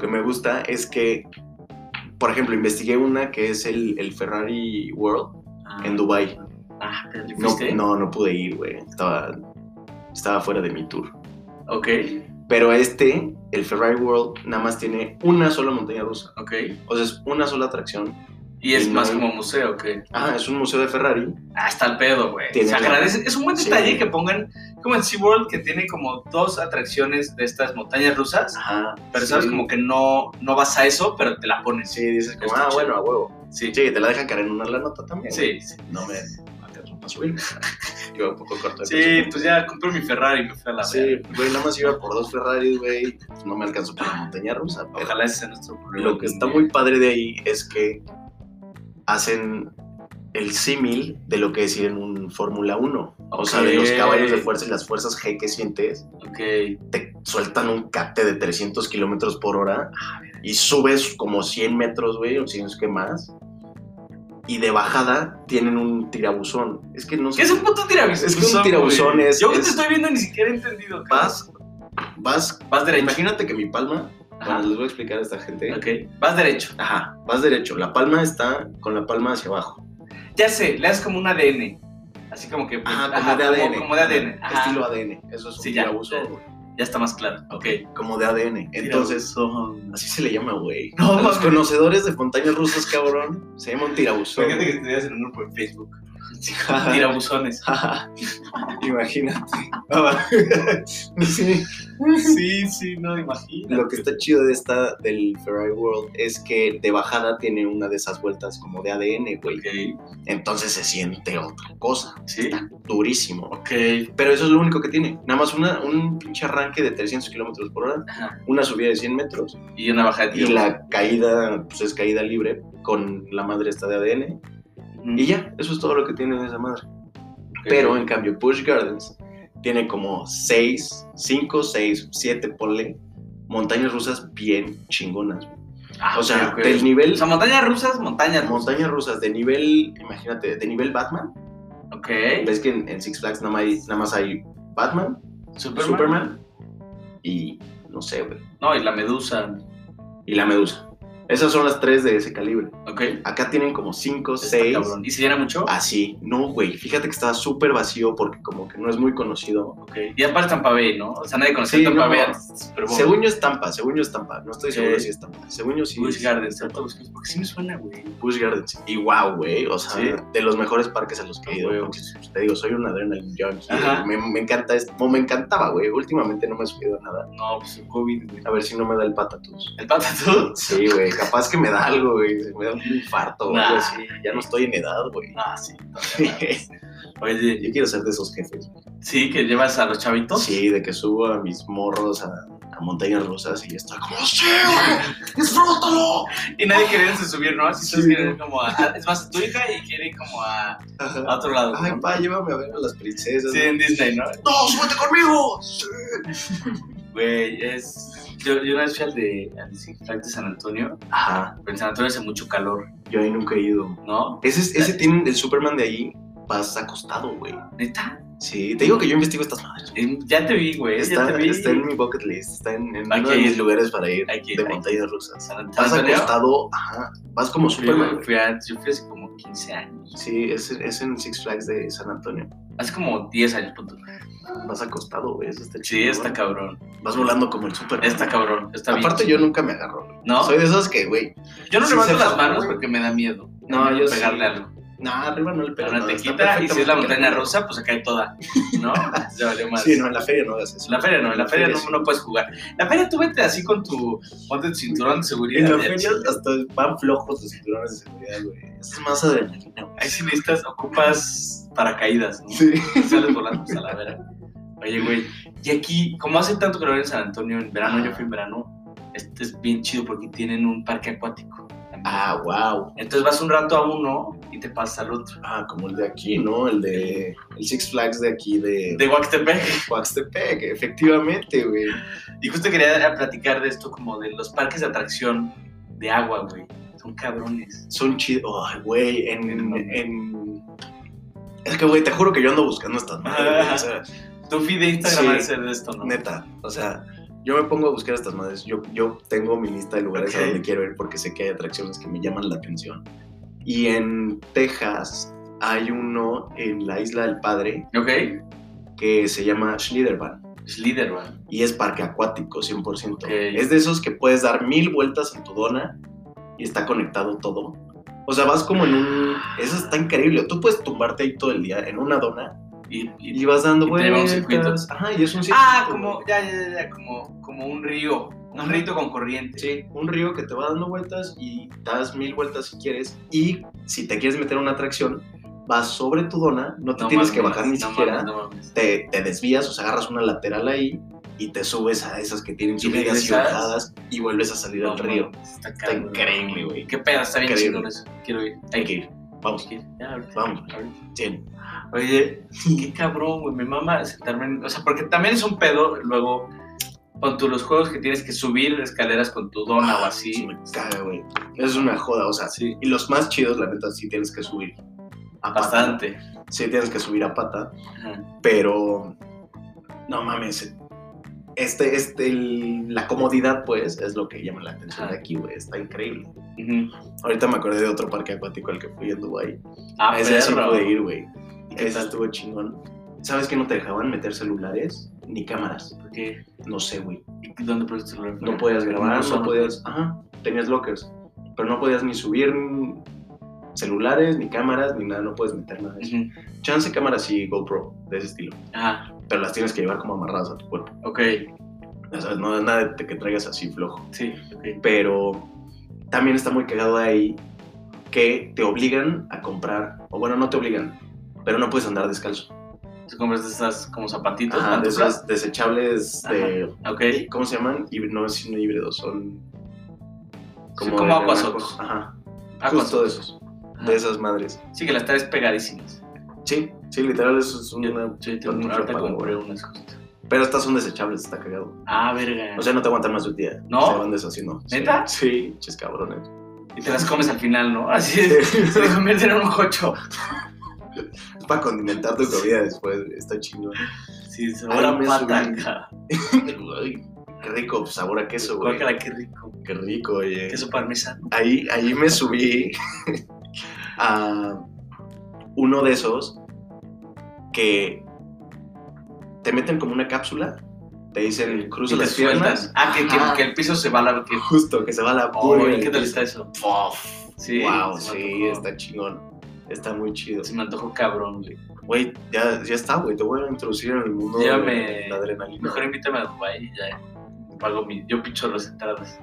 [SPEAKER 2] que me gusta es que, por ejemplo, investigué una que es el Ferrari World en Dubái.
[SPEAKER 1] ¿Pero le fuiste?
[SPEAKER 2] No pude ir, güey. Estaba fuera de mi tour.
[SPEAKER 1] Ok.
[SPEAKER 2] Pero el Ferrari World, nada más tiene una sola montaña rusa.
[SPEAKER 1] Ok.
[SPEAKER 2] O sea, es una sola atracción.
[SPEAKER 1] ¿Y es más como museo o qué?
[SPEAKER 2] Es un museo de Ferrari.
[SPEAKER 1] Está el pedo, güey. Se agradece. Es un buen detalle que pongan, como en SeaWorld, que tiene como 2 atracciones de estas montañas rusas. Pero sabes, como que no vas a eso, pero te la ponen.
[SPEAKER 2] Sí, dices como, bueno, a huevo. Sí, te la dejan caer en la nota también.
[SPEAKER 1] Sí.
[SPEAKER 2] No me alcanzó para subir. Iba un poco corto de
[SPEAKER 1] peso. Sí, pues ya compré mi Ferrari y me fui a la
[SPEAKER 2] Sí, güey, nada más iba por 2 Ferraris, güey. Pues no me alcanzó para la montaña rusa.
[SPEAKER 1] Ojalá ese sea nuestro problema.
[SPEAKER 2] Lo que está muy padre de ahí es que hacen el símil de lo que es ir en un Fórmula 1. O sea, de los caballos de fuerza y las fuerzas G que sientes. Te sueltan un cate de 300 kilómetros por hora y subes como 100 metros, güey, o si no es que más. Y de bajada tienen un tirabuzón. Es que no sé.
[SPEAKER 1] ¿Qué es un puto tirabuzón?
[SPEAKER 2] Es que un tirabuzón es...
[SPEAKER 1] Yo que te estoy viendo ni siquiera he entendido.
[SPEAKER 2] Vas derecho. Imagínate que mi palma... Bueno, les voy a explicar a esta gente.
[SPEAKER 1] Ok, vas derecho.
[SPEAKER 2] Vas derecho. La palma está con la palma hacia abajo.
[SPEAKER 1] Ya sé, le das como un ADN. Así como que...
[SPEAKER 2] como de ADN.
[SPEAKER 1] Como de ADN.
[SPEAKER 2] Estilo ADN. Eso es un tirabuzón.
[SPEAKER 1] Ya está más claro. Ok.
[SPEAKER 2] Como de ADN. Entonces, así se le llama, güey.
[SPEAKER 1] No,
[SPEAKER 2] a los conocedores de montañas rusas, cabrón, se llama un tirabuzón.
[SPEAKER 1] Fíjate que estuvieras en un grupo en Facebook. Tirabuzones.
[SPEAKER 2] Imagínate.
[SPEAKER 1] Sí, no, imagínate.
[SPEAKER 2] Lo que está chido del Ferrari World es que de bajada tiene una de esas vueltas como de ADN, güey.
[SPEAKER 1] Okay.
[SPEAKER 2] Entonces se siente otra cosa.
[SPEAKER 1] Sí.
[SPEAKER 2] Está durísimo.
[SPEAKER 1] Ok.
[SPEAKER 2] Pero eso es lo único que tiene. Nada más un pinche arranque de 300 kilómetros por hora, una subida de 100 metros.
[SPEAKER 1] Y una bajada de
[SPEAKER 2] tiro. Y la caída, pues es caída libre con la madre esta de ADN. Y ya, eso es todo lo que tiene esa madre. Okay. Pero en cambio, Busch Gardens tiene como 5, 6, 7, ponle, montañas rusas bien chingonas. O sea, del nivel...
[SPEAKER 1] O sea, montañas rusas.
[SPEAKER 2] Montañas rusas de nivel, imagínate, de nivel Batman.
[SPEAKER 1] Ok.
[SPEAKER 2] Ves que en Six Flags nada más hay Batman, Superman y no sé, güey.
[SPEAKER 1] No, y la Medusa.
[SPEAKER 2] Esas son las 3 de ese calibre.
[SPEAKER 1] Ok.
[SPEAKER 2] Acá tienen como 5, 6.
[SPEAKER 1] ¿Y se llena mucho?
[SPEAKER 2] Sí. No, güey. Fíjate que estaba súper vacío porque como que no es muy conocido.
[SPEAKER 1] Ok. Y aparte Tampa Bay, ¿no? O sea, nadie conoce Tampa Bay.
[SPEAKER 2] Según yo es Tampa. No estoy seguro si es Tampa. Según yo sí.
[SPEAKER 1] Busch Gardens. Porque sí me suena, güey.
[SPEAKER 2] Busch Gardens. Y wow, güey. O sea, de los mejores parques a los que he ido. Porque, te digo, soy un adrenaline junkie. Me encanta esto. Me encantaba, güey. Últimamente no me he subido nada.
[SPEAKER 1] No, pues el COVID, güey.
[SPEAKER 2] A ver si no me da el patatús.
[SPEAKER 1] ¿El patatús?
[SPEAKER 2] Sí, güey. Capaz que me da algo, güey. Me da un infarto o algo así. Ya no estoy en edad, güey.
[SPEAKER 1] Sí.
[SPEAKER 2] Oye, yo quiero ser de esos jefes, güey.
[SPEAKER 1] Sí, que llevas a los chavitos.
[SPEAKER 2] Sí, de que subo a mis morros a montañas rusas y estoy como, ¡sí, güey! ¡Disfrútalo!
[SPEAKER 1] Y nadie quiere subir, ¿no? Así todos quieren como es más, tu hija y quiere como a otro lado.
[SPEAKER 2] Ay, pa, llévame a ver a las princesas.
[SPEAKER 1] Sí, en Disney, ¿no?
[SPEAKER 2] ¡No, súbete conmigo! ¡Sí!
[SPEAKER 1] Güey, Yo una vez fui al Six Flags de San Antonio. Pero en San Antonio hace mucho calor.
[SPEAKER 2] Yo ahí nunca he ido.
[SPEAKER 1] ¿No?
[SPEAKER 2] Ese tiene el Superman de ahí, vas acostado, güey.
[SPEAKER 1] ¿Neta?
[SPEAKER 2] Sí, te digo que yo investigo estas madres.
[SPEAKER 1] Ya te vi, güey.
[SPEAKER 2] Está en mi bucket list, está en uno de mis lugares para ir de montañas rusas. Vas acostado, vas como Superman.
[SPEAKER 1] Yo fui hace como 15 años.
[SPEAKER 2] Sí, es en Six Flags de San Antonio.
[SPEAKER 1] Hace como 10 años, punto.
[SPEAKER 2] Vas acostado, güey, eso está chido.
[SPEAKER 1] Sí, está cabrón.
[SPEAKER 2] Vas volando como el Superman.
[SPEAKER 1] Está cabrón, está bien.
[SPEAKER 2] Aparte yo nunca me agarro.
[SPEAKER 1] ¿No?
[SPEAKER 2] Soy de esos que, güey.
[SPEAKER 1] Yo no levanto las manos porque me da miedo.
[SPEAKER 2] No, yo
[SPEAKER 1] pegarle algo.
[SPEAKER 2] No, arriba no le pego.
[SPEAKER 1] Ahora te quita y si es la montaña rusa, pues se cae toda, ¿no? Ya valió más.
[SPEAKER 2] Sí, no, en la feria no hagas eso.
[SPEAKER 1] En la feria no puedes jugar. En la feria tú vete así con ponte tu cinturón de seguridad.
[SPEAKER 2] En la feria hasta van flojos los cinturones de seguridad, güey. Eso es más adrenalina, güey.
[SPEAKER 1] Ahí sí ocupas paracaídas, ¿no?
[SPEAKER 2] Sí.
[SPEAKER 1] Sales volando a la vera. Oye, güey, y aquí, como hace tanto calor en San Antonio, en verano, yo fui en verano, es bien chido porque tienen un parque acuático.
[SPEAKER 2] Wow.
[SPEAKER 1] Entonces vas un rato a uno y te pasas al otro.
[SPEAKER 2] Como el de aquí, ¿no? El Six Flags de aquí de
[SPEAKER 1] Huastepec.
[SPEAKER 2] Huastepec, efectivamente, güey.
[SPEAKER 1] Y justo quería platicar de esto como de los parques de atracción de agua, güey. Son cabrones.
[SPEAKER 2] Son chidos. Ay, güey, Es que, güey, te juro que yo ando buscando estas madres.
[SPEAKER 1] Tu feed de Instagram va a ser de esto, ¿no?
[SPEAKER 2] Neta, o sea, Yo me pongo a buscar estas madres. Yo tengo mi lista de lugares a donde quiero ir porque sé que hay atracciones que me llaman la atención. Y en Texas hay uno en la Isla del Padre que se llama Schlitterbahn. Y es parque acuático, 100%. Es de esos que puedes dar 1000 vueltas en tu dona y está conectado todo. O sea, vas como en un... Eso está increíble. Tú puedes tumbarte ahí todo el día en una dona y vas dando vueltas. Ajá, y es un circuito.
[SPEAKER 1] Como un río. Un río con corriente.
[SPEAKER 2] Sí, un río que te va dando vueltas y das 1000 vueltas si quieres. Y si te quieres meter a una atracción, vas sobre tu dona, no te tienes que bajar ni siquiera. Te desvías, o sea, agarras una lateral ahí y te subes a esas que tienen subidas y bajadas y vuelves a salir al río. Está increíble, güey.
[SPEAKER 1] Qué pedo, está bien chido eso. Quiero ir.
[SPEAKER 2] Hay que ir. Vamos. Vamos. Sí.
[SPEAKER 1] Oye, qué cabrón, güey. Mi mamá sentarme. O sea, porque también es un pedo luego con los juegos que tienes que subir escaleras con tu dona o así.
[SPEAKER 2] Sí, me caga, güey. Es una joda, o sea. Sí. Y los más chidos, la neta, sí tienes que subir.
[SPEAKER 1] Bastante.
[SPEAKER 2] Sí, tienes que subir a pata. Pero. No mames. La comodidad, pues, es lo que llama la atención de aquí, güey. Está increíble. Ahorita me acordé de otro parque acuático al que fui en Dubái. Ese sí pude ir, güey. Ese estuvo chingón. ¿Sabes que no te dejaban meter celulares ni cámaras?
[SPEAKER 1] ¿Por qué?
[SPEAKER 2] No sé, güey.
[SPEAKER 1] ¿Y dónde pones el celular?
[SPEAKER 2] No podías grabar, no podías... Ajá, tenías lockers. Pero no podías ni subir celulares, ni cámaras, ni nada. No puedes meter nada de eso. Chance cámaras y GoPro, de ese estilo.
[SPEAKER 1] Ajá.
[SPEAKER 2] Pero las tienes que llevar como amarradas a tu cuerpo. O sea, no es nada de que traigas así flojo.
[SPEAKER 1] Sí,
[SPEAKER 2] Pero también está muy cagado ahí que te obligan a comprar, o bueno, no te obligan, pero no puedes andar descalzo.
[SPEAKER 1] ¿Te compras de esas como zapatitos?
[SPEAKER 2] Ajá, de esas desechables de... ¿Cómo se llaman? No es híbridos, son...
[SPEAKER 1] Como aguasotos.
[SPEAKER 2] Ajá, justo de esos. De esas madres.
[SPEAKER 1] Sí, que las traes pegadísimas.
[SPEAKER 2] Sí, literal, eso es una...
[SPEAKER 1] Ahorita compré unas cosas.
[SPEAKER 2] Pero estas son desechables, está cagado.
[SPEAKER 1] Verga.
[SPEAKER 2] O sea, no te aguantan más de un día.
[SPEAKER 1] ¿No?
[SPEAKER 2] Se van deshaciendo.
[SPEAKER 1] ¿Neta?
[SPEAKER 2] Sí, ches cabrones.
[SPEAKER 1] Y te las comes al final, ¿no? Así se convierten en un jocho.
[SPEAKER 2] Es para condimentar tu comida después, está chingón.
[SPEAKER 1] Sí, sabor a pata.
[SPEAKER 2] Qué rico, sabor a queso, güey.
[SPEAKER 1] Guácala, qué rico.
[SPEAKER 2] Qué rico, oye.
[SPEAKER 1] Queso parmesano.
[SPEAKER 2] Ahí me subí a uno de esos que te meten como una cápsula, te dicen cruza las piernas.
[SPEAKER 1] Que el piso se va a la...
[SPEAKER 2] Justo, que se va a la...
[SPEAKER 1] ¿Qué tal está eso?
[SPEAKER 2] Sí, wow, sí, está chingón. Está muy chido.
[SPEAKER 1] Se me antojó cabrón, güey.
[SPEAKER 2] Güey, ya está, güey. Te voy a introducir en el mundo de la adrenalina.
[SPEAKER 1] Mejor invítame a Dubái y ya pago yo picho las entradas.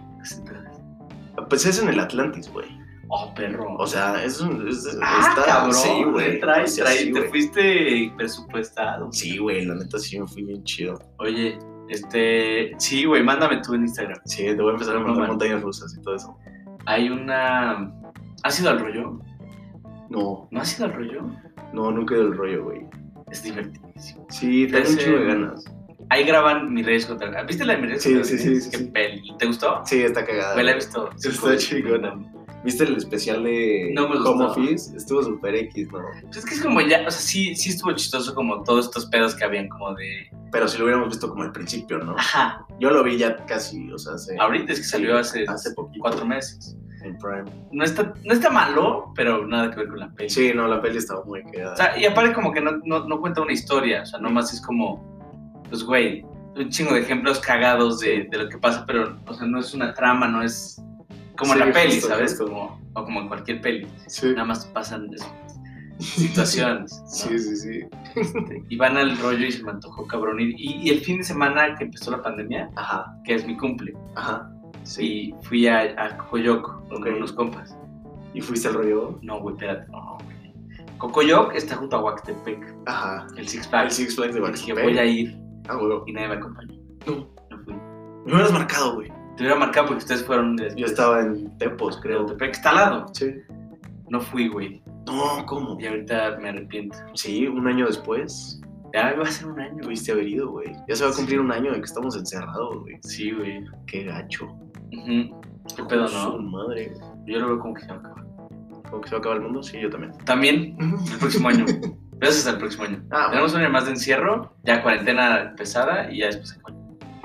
[SPEAKER 2] Pues es en el Atlantis, güey.
[SPEAKER 1] Perro.
[SPEAKER 2] O sea, está...
[SPEAKER 1] cabrón.
[SPEAKER 2] Sí, güey.
[SPEAKER 1] Te fuiste presupuestado.
[SPEAKER 2] Sí, güey, la neta sí me fui bien chido.
[SPEAKER 1] Oye, sí, güey, mándame tú en Instagram.
[SPEAKER 2] Sí, te voy a empezar a mandar montañas rusas y todo eso.
[SPEAKER 1] Hay una... ¿Has ido al rollo?
[SPEAKER 2] No.
[SPEAKER 1] ¿No has ido al rollo?
[SPEAKER 2] No, nunca he ido al rollo, güey.
[SPEAKER 1] Es divertidísimo.
[SPEAKER 2] Sí, tengo un chingo de ganas.
[SPEAKER 1] Ahí graban Mi Reyes contra... ¿Viste la de Mi Reyes contra?
[SPEAKER 2] Sí.
[SPEAKER 1] Qué peli. ¿Te gustó?
[SPEAKER 2] Sí, está cagada.
[SPEAKER 1] Me la he visto.
[SPEAKER 2] Está chingona. ¿Viste el especial de Home Office? Estuvo super X, ¿no?
[SPEAKER 1] Pues es que es como ya... O sea, sí estuvo chistoso como todos estos pedos que habían como de...
[SPEAKER 2] Pero si lo hubiéramos visto como al principio, ¿no?
[SPEAKER 1] Ajá.
[SPEAKER 2] Yo lo vi ya casi, o sea,
[SPEAKER 1] ahorita es que salió hace poquito. 4 meses. En Prime. No está malo, pero nada que ver con la peli.
[SPEAKER 2] Sí, no, la peli estaba muy quedada.
[SPEAKER 1] O sea, y aparte como que no cuenta una historia, o sea, nomás es como, pues güey, un chingo de ejemplos cagados de lo que pasa, pero, o sea, no es una trama, no es como en la peli, justo, ¿sabes? O como en cualquier peli. Sí. Nada más pasan situaciones.
[SPEAKER 2] ¿No? Sí.
[SPEAKER 1] Y van al rollo y se me antojó cabrón. Y el fin de semana que empezó la pandemia, que es mi cumple. Sí, fui a Cocoyoc con unos compas.
[SPEAKER 2] ¿Y fuiste al rollo?
[SPEAKER 1] No, güey, espérate, no, güey. Cocoyoc está junto a Huastepec.
[SPEAKER 2] El
[SPEAKER 1] Six Flags.
[SPEAKER 2] El Six Flags de Huastepec.
[SPEAKER 1] Dije, voy a ir.
[SPEAKER 2] Güey.
[SPEAKER 1] Y nadie me acompañó. No fui.
[SPEAKER 2] Me hubieras marcado, güey.
[SPEAKER 1] Te hubiera marcado porque ustedes fueron después.
[SPEAKER 2] Yo estaba en Tepos, creo.
[SPEAKER 1] Huastepec está al lado.
[SPEAKER 2] Sí.
[SPEAKER 1] No fui, güey.
[SPEAKER 2] No, ¿cómo?
[SPEAKER 1] Y ahorita me arrepiento.
[SPEAKER 2] Sí, un año después.
[SPEAKER 1] Ya va a ser un año.
[SPEAKER 2] Tuviste haber ido, güey. Ya se va a cumplir un año de que estamos encerrados, güey.
[SPEAKER 1] Sí, güey.
[SPEAKER 2] Qué gacho.
[SPEAKER 1] Qué pedo, ¿no?
[SPEAKER 2] Su madre.
[SPEAKER 1] Yo lo veo como que se va a acabar.
[SPEAKER 2] ¿Como que se va a acabar el mundo? Sí, yo también.
[SPEAKER 1] También, el próximo año. Gracias al próximo año. Tenemos un año más de encierro, ya cuarentena pesada y ya después se cuenta.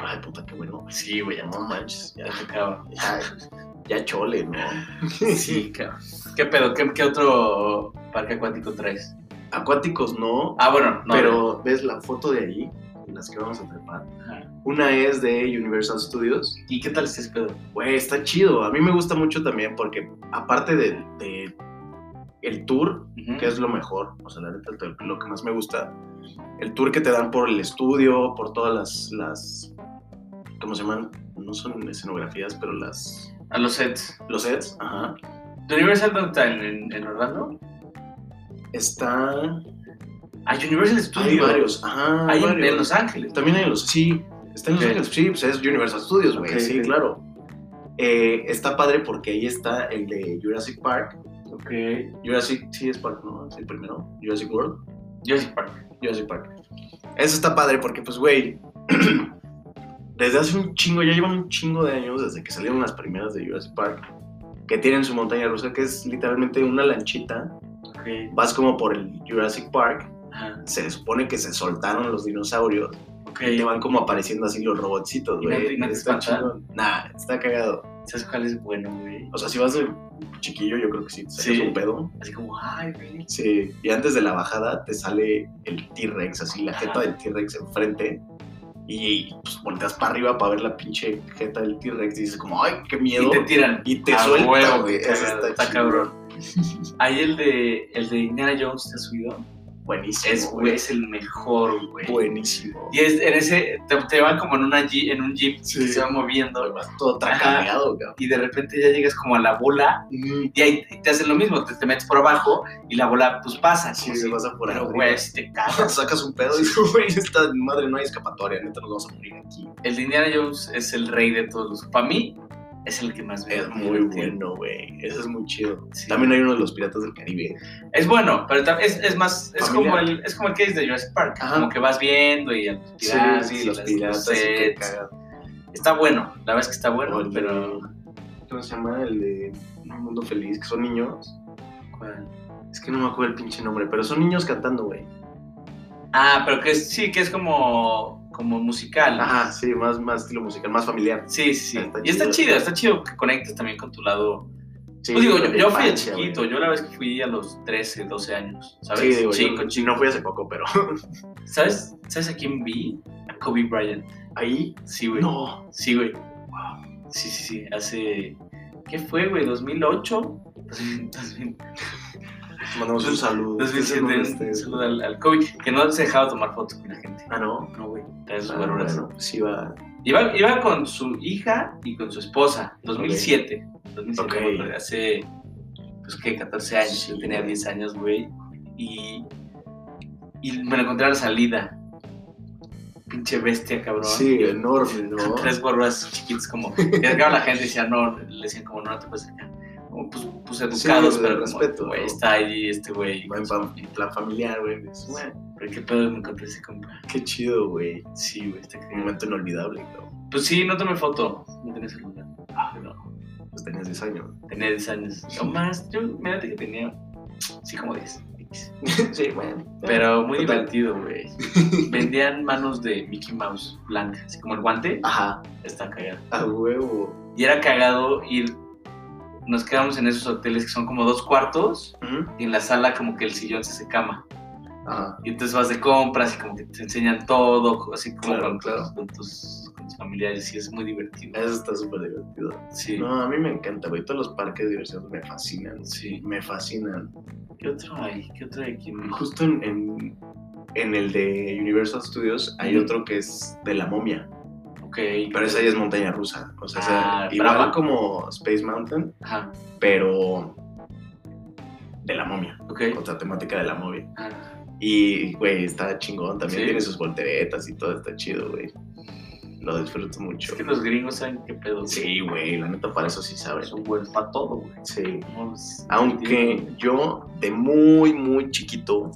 [SPEAKER 2] Ay, puta, qué bueno.
[SPEAKER 1] Sí, güey, ya
[SPEAKER 2] no manches.
[SPEAKER 1] Ya tocaba.
[SPEAKER 2] Ya chole, ¿no?
[SPEAKER 1] Sí, cabrón. ¿Qué pedo? ¿Qué otro parque acuático traes?
[SPEAKER 2] Acuáticos no.
[SPEAKER 1] Bueno, no.
[SPEAKER 2] Pero ves la foto de ahí, en las que vamos a trepar. Una es de Universal Studios.
[SPEAKER 1] ¿Y qué tal este pedo?
[SPEAKER 2] Güey, está chido. A mí me gusta mucho también porque aparte de el tour, que es lo mejor, o sea, la neta, lo que más me gusta, el tour que te dan por el estudio, por todas las ¿cómo se llaman? No son escenografías, pero los
[SPEAKER 1] sets.
[SPEAKER 2] Los sets, ajá.
[SPEAKER 1] ¿Universal dónde está? ¿En Orlando?
[SPEAKER 2] Está...
[SPEAKER 1] Universal Studios.
[SPEAKER 2] Hay varios, ajá.
[SPEAKER 1] Hay en Los Ángeles.
[SPEAKER 2] También hay sí. Está en Los Ángeles, sí, pues es Universal Studios, güey, sí, claro. Está padre porque ahí está el de Jurassic Park. Jurassic, sí es Park, ¿no? Es el primero. Jurassic World.
[SPEAKER 1] Jurassic Park.
[SPEAKER 2] Eso está padre porque, pues, güey, desde hace un chingo, ya llevan un chingo de años desde que salieron las primeras de Jurassic Park, que tienen su montaña rusa, que es literalmente una lanchita. Vas como por el Jurassic Park. Ajá. Se supone que se soltaron los dinosaurios. Y te van como apareciendo así los robotcitos, güey.
[SPEAKER 1] ¿Y no te espantan?
[SPEAKER 2] Nah, está cagado.
[SPEAKER 1] ¿Sabes cuál es bueno, güey?
[SPEAKER 2] O sea, si vas de chiquillo, yo creo que sí te sacas un pedo.
[SPEAKER 1] Así como, ay, güey.
[SPEAKER 2] Sí, y antes de la bajada te sale el T-Rex, así la jeta del T-Rex enfrente. Y pues volteas para arriba para ver la pinche jeta del T-Rex y dices como, ay, qué miedo.
[SPEAKER 1] Y te tiran.
[SPEAKER 2] Y te suelta, güey.
[SPEAKER 1] Está cabrón. Ahí el de Indiana Jones, ¿te has subido?
[SPEAKER 2] Buenísimo.
[SPEAKER 1] Es el mejor, güey.
[SPEAKER 2] Buenísimo.
[SPEAKER 1] Y es en ese, te van como en un jeep que se va moviendo.
[SPEAKER 2] Vas todo tracaneado, cabrón.
[SPEAKER 1] Y de repente ya llegas como a la bola y ahí te hacen lo mismo, te metes por abajo y la bola pues pasa.
[SPEAKER 2] Sí, se pasa por ahí.
[SPEAKER 1] Pero güey, si te cagas.
[SPEAKER 2] Sacas un pedo y dices, güey, esta madre no hay escapatoria, neta nos vamos a morir aquí.
[SPEAKER 1] El de Indiana Jones es el rey de todos los. Para mí, es el que más veo.
[SPEAKER 2] Es muy bueno, güey. Eso es muy chido. Sí. También hay uno de los Piratas del Caribe.
[SPEAKER 1] Es bueno, pero es más. Es como el que es de Jurassic Park. Ajá. Como que vas viendo y los piratas.
[SPEAKER 2] Sí, los piratas.
[SPEAKER 1] Está bueno. La verdad es que está bueno, pero.
[SPEAKER 2] ¿Cómo se llama? El de Un Mundo Feliz, que son niños.
[SPEAKER 1] ¿Cuál?
[SPEAKER 2] Es que no me acuerdo el pinche nombre, pero son niños cantando, güey.
[SPEAKER 1] Pero que es como musical.
[SPEAKER 2] Ajá, sí, más estilo musical, más familiar.
[SPEAKER 1] Sí. Está chido que conectes también con tu lado. Sí, pues digo, yo fui chiquito, yo la vez que fui a los 13, 12 años, ¿sabes?
[SPEAKER 2] Sí, digo, chico. No fui hace poco, pero...
[SPEAKER 1] ¿Sabes a quién vi? A Kobe Bryant.
[SPEAKER 2] ¿Ahí?
[SPEAKER 1] Sí, güey.
[SPEAKER 2] No.
[SPEAKER 1] Sí, güey. Wow. Sí, hace... ¿Qué fue, güey? ¿2008?
[SPEAKER 2] Mandamos un saludo.
[SPEAKER 1] 2007, un saludo al Kobe, que no se dejaba tomar fotos con la gente.
[SPEAKER 2] ¿No?
[SPEAKER 1] No, güey. Bueno,
[SPEAKER 2] sí
[SPEAKER 1] iba con su hija y con su esposa, 2007.
[SPEAKER 2] Okay.
[SPEAKER 1] Hace, pues, ¿qué? 14 años. Yo tenía 10 años, güey. Y me lo encontré a la salida. Pinche bestia, cabrón.
[SPEAKER 2] Sí, enorme, ¿no?
[SPEAKER 1] 3 gorras chiquitos, como... Que llegaba la gente y decía, le decían como, no te puedes acercar. Como, pues educados, sí, pero
[SPEAKER 2] respeto,
[SPEAKER 1] güey, está ahí este güey.
[SPEAKER 2] En plan familiar, güey.
[SPEAKER 1] Bueno, pero qué pedo me encontré ese compa.
[SPEAKER 2] Qué chido, güey.
[SPEAKER 1] Sí, güey.
[SPEAKER 2] Un momento inolvidable, cabrón.
[SPEAKER 1] Pues sí, no tomé foto. No tenía celular. Pero...
[SPEAKER 2] Pues tenías 10 años.
[SPEAKER 1] Tenía 10 años. O más, mírate que tenía... Sí, como 10.
[SPEAKER 2] Sí, bueno.
[SPEAKER 1] Pero muy divertido, güey. Vendían manos de Mickey Mouse blancas, así como el guante.
[SPEAKER 2] Ajá.
[SPEAKER 1] Está cagado.
[SPEAKER 2] A huevo.
[SPEAKER 1] Y era cagado ir... Nos quedamos en esos hoteles que son como 2 cuartos y en la sala como que el sillón se hace cama.
[SPEAKER 2] Ajá.
[SPEAKER 1] Y entonces vas de compras y como que te enseñan todo, así como
[SPEAKER 2] con
[SPEAKER 1] tus familiares, y es muy divertido.
[SPEAKER 2] Eso está súper divertido.
[SPEAKER 1] Sí.
[SPEAKER 2] No, a mí me encanta, güey. Todos los parques de diversión me fascinan.
[SPEAKER 1] Sí.
[SPEAKER 2] Me fascinan.
[SPEAKER 1] ¿Qué otro hay aquí?
[SPEAKER 2] Justo en el de Universal Studios hay otro que es de la momia. Pero esa ya es montaña rusa. O sea, igual como Space Mountain,
[SPEAKER 1] ajá,
[SPEAKER 2] pero de la momia. Otra temática de la momia. Y, güey, está chingón. También tiene sus volteretas y todo, está chido, güey. Lo disfruto mucho.
[SPEAKER 1] Es que los gringos saben qué pedo, güey.
[SPEAKER 2] Sí, güey, la neta para eso sí saben.
[SPEAKER 1] Son buenos para todo, güey.
[SPEAKER 2] Sí. Aunque yo, de muy, muy chiquito,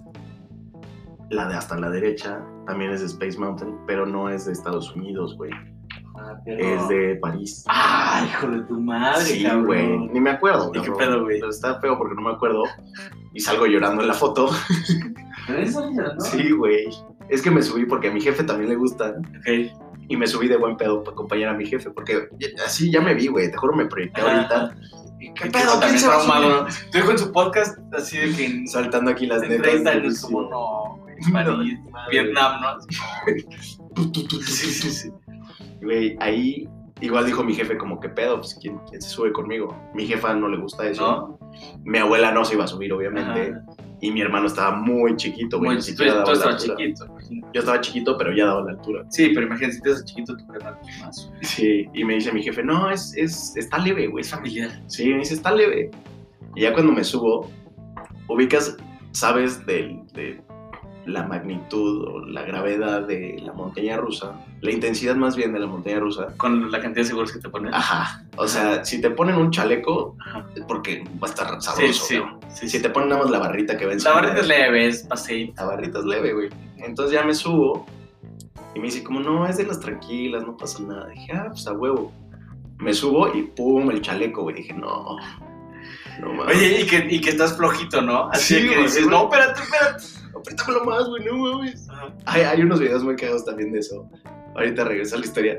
[SPEAKER 2] la de hasta la derecha también es de Space Mountain, pero no es de Estados Unidos, güey. Es de París.
[SPEAKER 1] ¡Ah, hijo de tu madre!
[SPEAKER 2] Sí, güey. Ni me acuerdo.
[SPEAKER 1] ¿Y qué pedo, güey?
[SPEAKER 2] Pero está feo porque no me acuerdo. Y salgo llorando en la foto.
[SPEAKER 1] ¿Pero eso llorando?
[SPEAKER 2] Sí, güey. Es que me subí porque a mi jefe también le gustan.
[SPEAKER 1] Ok.
[SPEAKER 2] Y me subí de buen pedo para acompañar a mi jefe, porque así ya me vi, güey. Te juro, me proyecté ahorita.
[SPEAKER 1] ¿Qué pedo? ¿Quién se va a subir? Estoy con su podcast así de que...
[SPEAKER 2] Saltando aquí las netas.
[SPEAKER 1] 30 años como no, güey. París, Vietnam, ¿no?
[SPEAKER 2] Sí. Güey, ahí igual dijo mi jefe como, ¿qué pedo? Pues, ¿quién se sube conmigo? Mi jefa no le gusta eso.
[SPEAKER 1] ¿No?
[SPEAKER 2] Mi abuela no se iba a subir, obviamente. Ajá. Y mi hermano estaba muy chiquito, güey.
[SPEAKER 1] Tú estabas chiquito.
[SPEAKER 2] Yo estaba chiquito, pero ya daba la altura.
[SPEAKER 1] Sí, pero imagínate, si te estás chiquito, tu hermano más.
[SPEAKER 2] Sí, y me dice mi jefe, no, está leve, güey.
[SPEAKER 1] Es familiar.
[SPEAKER 2] Sí, me dice, está leve. Y ya cuando me subo, ubicas, sabes de la magnitud o la gravedad de la montaña rusa, la intensidad más bien de la montaña rusa.
[SPEAKER 1] Con la cantidad de seguros que te ponen.
[SPEAKER 2] Ajá. O sea, si te ponen un chaleco, es porque va a estar sabroso. Sí. Si te ponen nada más la barrita que ven.
[SPEAKER 1] La barrita es leve, es paseíto.
[SPEAKER 2] La barrita es leve, güey. Entonces ya me subo y me dice como, no, es de las tranquilas, no pasa nada. Dije, pues a huevo. Me subo y pum, el chaleco, güey. Dije, no mames.
[SPEAKER 1] Oye, y que estás flojito, ¿no? Así
[SPEAKER 2] sí,
[SPEAKER 1] que dices, no, espérate.
[SPEAKER 2] Apriétamelo más, güey, no mames. Hay unos videos muy cagados también de eso. Ahorita regreso a la historia.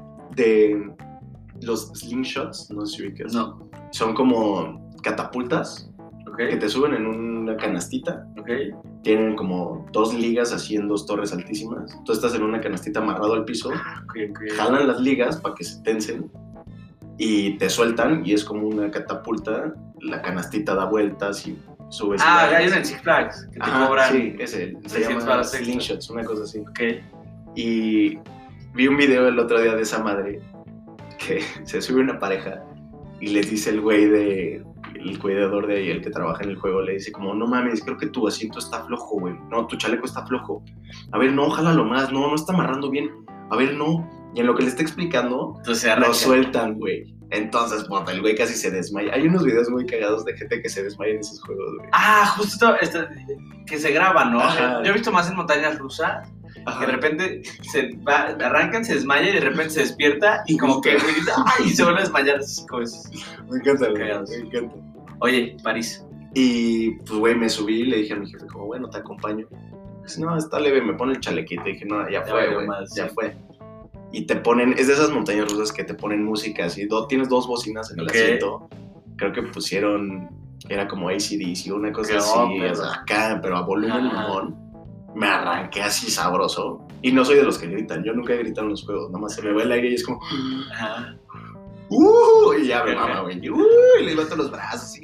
[SPEAKER 2] De los slingshots, no sé si ubicas.
[SPEAKER 1] No.
[SPEAKER 2] Son como catapultas que te suben en una canastita. Tienen como 2 ligas así en 2 torres altísimas. Tú estás en una canastita amarrado al piso. Jalan las ligas para que se tensen. Y te sueltan y es como una catapulta. La canastita da vueltas y subes.
[SPEAKER 1] Hay una en Six Flags que te cobran.
[SPEAKER 2] Sí, ese. Se llama slingshots, una cosa así.
[SPEAKER 1] Okay.
[SPEAKER 2] Y vi un video el otro día de esa madre que se sube una pareja y les dice el güey el cuidador de ahí, el que trabaja en el juego, le dice como, no mames, creo que tu asiento está flojo, güey. No, tu chaleco está flojo. A ver, no, jálalo más. No está amarrando bien. A ver, no. Y en lo que le está explicando, lo sueltan, güey. Entonces, el güey casi se desmaya. Hay unos videos muy cagados de gente que se desmaya en esos juegos, güey.
[SPEAKER 1] Justo que se graban, ¿no? Ajá. Yo he visto más en montañas rusas.
[SPEAKER 2] Ajá.
[SPEAKER 1] Que de repente arrancan, se desmaya y de repente se despierta y como que y se vuelve a desmayar así 5 veces.
[SPEAKER 2] Me encanta, güey. Me encanta.
[SPEAKER 1] Oye, París.
[SPEAKER 2] Y pues, güey, me subí y le dije a mi jefe, como, bueno, te acompaño. Dice, no, está leve, me pone el chalequito. Y dije, no, ya fue, güey, ya fue. Y te ponen, es de esas montañas rusas que te ponen música así, tienes 2 bocinas en el asiento. Creo que pusieron, era como AC/DC, una cosa así, o sea, acá, pero a volumen mamón. Me arranqué así sabroso. Y no soy de los que gritan, yo nunca he gritado en los juegos, nada más se me va el aire y es como... y ya me mama, güey. Y levanto los brazos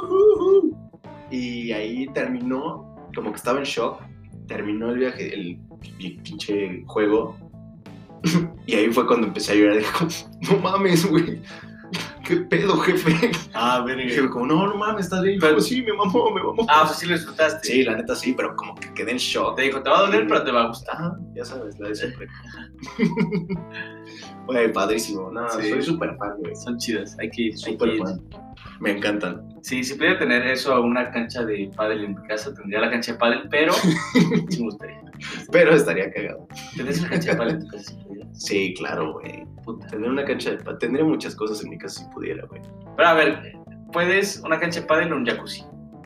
[SPEAKER 2] y ahí terminó, como que estaba en shock, terminó el viaje, el pinche juego. Y ahí fue cuando empecé a llorar. Dijo, no mames, güey. ¿Qué pedo, jefe?
[SPEAKER 1] Verga.
[SPEAKER 2] Y dije, como, no mames, estás bien. Pero sí, me mamó.
[SPEAKER 1] Pues sí lo disfrutaste.
[SPEAKER 2] Sí, la neta sí, pero como que quedé en shock.
[SPEAKER 1] Te dijo, te va a doler, pero te va a gustar.
[SPEAKER 2] Ya sabes, la de siempre. Güey, padrísimo. No, soy súper fan, güey.
[SPEAKER 1] Son chidas, hay que ir.
[SPEAKER 2] Súper fan. Me encantan.
[SPEAKER 1] Sí, si pudiera tener eso a una cancha de pádel en mi casa, tendría la cancha de pádel, pero sí me gustaría.
[SPEAKER 2] Pero estaría cagado.
[SPEAKER 1] ¿Tendrías una cancha de pádel en tu casa si pudieras?
[SPEAKER 2] Sí, claro, güey. Tendría una cancha de pádel. Tendría muchas cosas en mi casa si pudiera, güey.
[SPEAKER 1] Pero a ver, ¿puedes una cancha de pádel o un jacuzzi?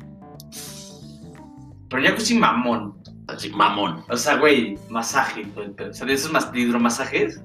[SPEAKER 1] Pero jacuzzi mamón.
[SPEAKER 2] Así, mamón.
[SPEAKER 1] O sea, güey, masaje. O sea, de esos hidromasajes.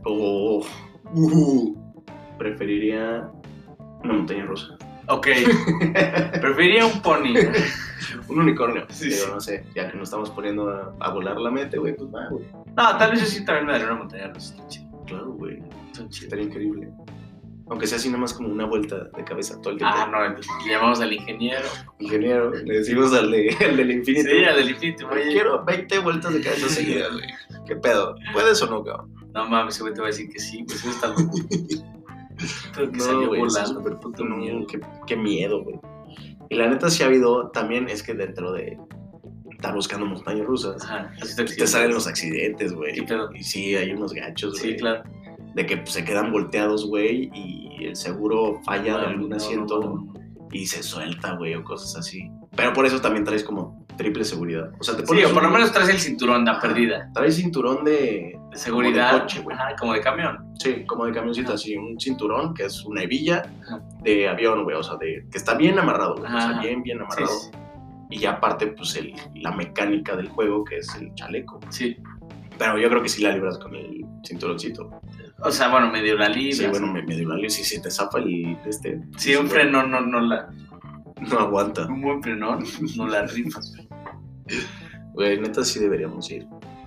[SPEAKER 2] Preferiría una montaña rusa.
[SPEAKER 1] Ok. Preferiría un pony.
[SPEAKER 2] Un unicornio.
[SPEAKER 1] Sí,
[SPEAKER 2] pero
[SPEAKER 1] sí.
[SPEAKER 2] No sé, ya que nos estamos poniendo a volar la mente, güey, pues va, güey.
[SPEAKER 1] No, tal vez yo sí también me daría una montaña rusa.
[SPEAKER 2] Claro, güey. Estaría increíble. Aunque sea así nada más como una vuelta de cabeza todo el tiempo.
[SPEAKER 1] No, entonces le llamamos al ingeniero.
[SPEAKER 2] Ingeniero, le decimos al del infinito.
[SPEAKER 1] Sí, al del infinito.
[SPEAKER 2] Quiero 20 vueltas de cabeza seguidas, güey. ¿Qué pedo? ¿Puedes o no, cabrón?
[SPEAKER 1] No mames, ese güey te va a decir que sí, pues eso está loco. Pero que salió volando, pero puto miedo.
[SPEAKER 2] Qué miedo, güey. Y la neta sí ha habido, también es que dentro de estar buscando montañas rusas, te salen los accidentes, güey. Y sí, hay unos gachos, güey.
[SPEAKER 1] Sí, claro.
[SPEAKER 2] De que pues, se quedan volteados, güey, y el seguro falla de algún asiento y se suelta, güey, o cosas así. Pero por eso también traes como triple seguridad. O sea, te pones
[SPEAKER 1] o por lo menos traes el cinturón de perdida.
[SPEAKER 2] Traes cinturón de
[SPEAKER 1] seguridad.
[SPEAKER 2] Como de coche, güey.
[SPEAKER 1] Como de camión.
[SPEAKER 2] Sí, como de camioncito, así. Un cinturón que es una hebilla de avión, güey. O sea, que está bien amarrado, güey. O sea, bien amarrado. Sí. Y ya aparte, pues, la mecánica del juego, que es el chaleco.
[SPEAKER 1] Sí.
[SPEAKER 2] Pero yo creo que sí la libras con el cinturoncito.
[SPEAKER 1] O sea, bueno, medio la libras.
[SPEAKER 2] Sí, bueno, medio la libras. Si te zafa el
[SPEAKER 1] Sí, un frenón
[SPEAKER 2] no aguanta.
[SPEAKER 1] Un buen frenón no la rifas.
[SPEAKER 2] Güey, neta sí deberíamos ir.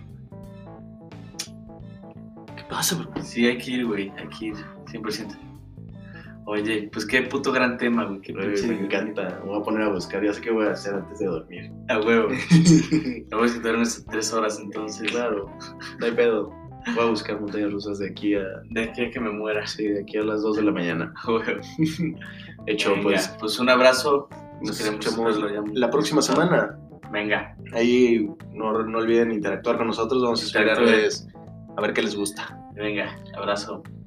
[SPEAKER 2] ¿Qué pasa, bro?
[SPEAKER 1] Sí, hay que ir, güey, hay que ir, 100%. Oye, pues qué puto gran tema, güey.
[SPEAKER 2] Me encanta. Me voy a poner a buscar. Ya sé qué voy a hacer antes de dormir.
[SPEAKER 1] A huevo. Me voy a sentar unas 3 horas entonces.
[SPEAKER 2] Claro, no hay pedo. Voy a buscar montañas rusas de aquí a
[SPEAKER 1] que me muera.
[SPEAKER 2] Sí, de aquí a las 2 de la mañana.
[SPEAKER 1] A huevo.
[SPEAKER 2] Hecho,
[SPEAKER 1] venga, pues un abrazo.
[SPEAKER 2] Nos escuchamos la próxima semana.
[SPEAKER 1] Venga.
[SPEAKER 2] Ahí no olviden interactuar con nosotros. Vamos a esperarles a ver qué les gusta.
[SPEAKER 1] Venga, abrazo.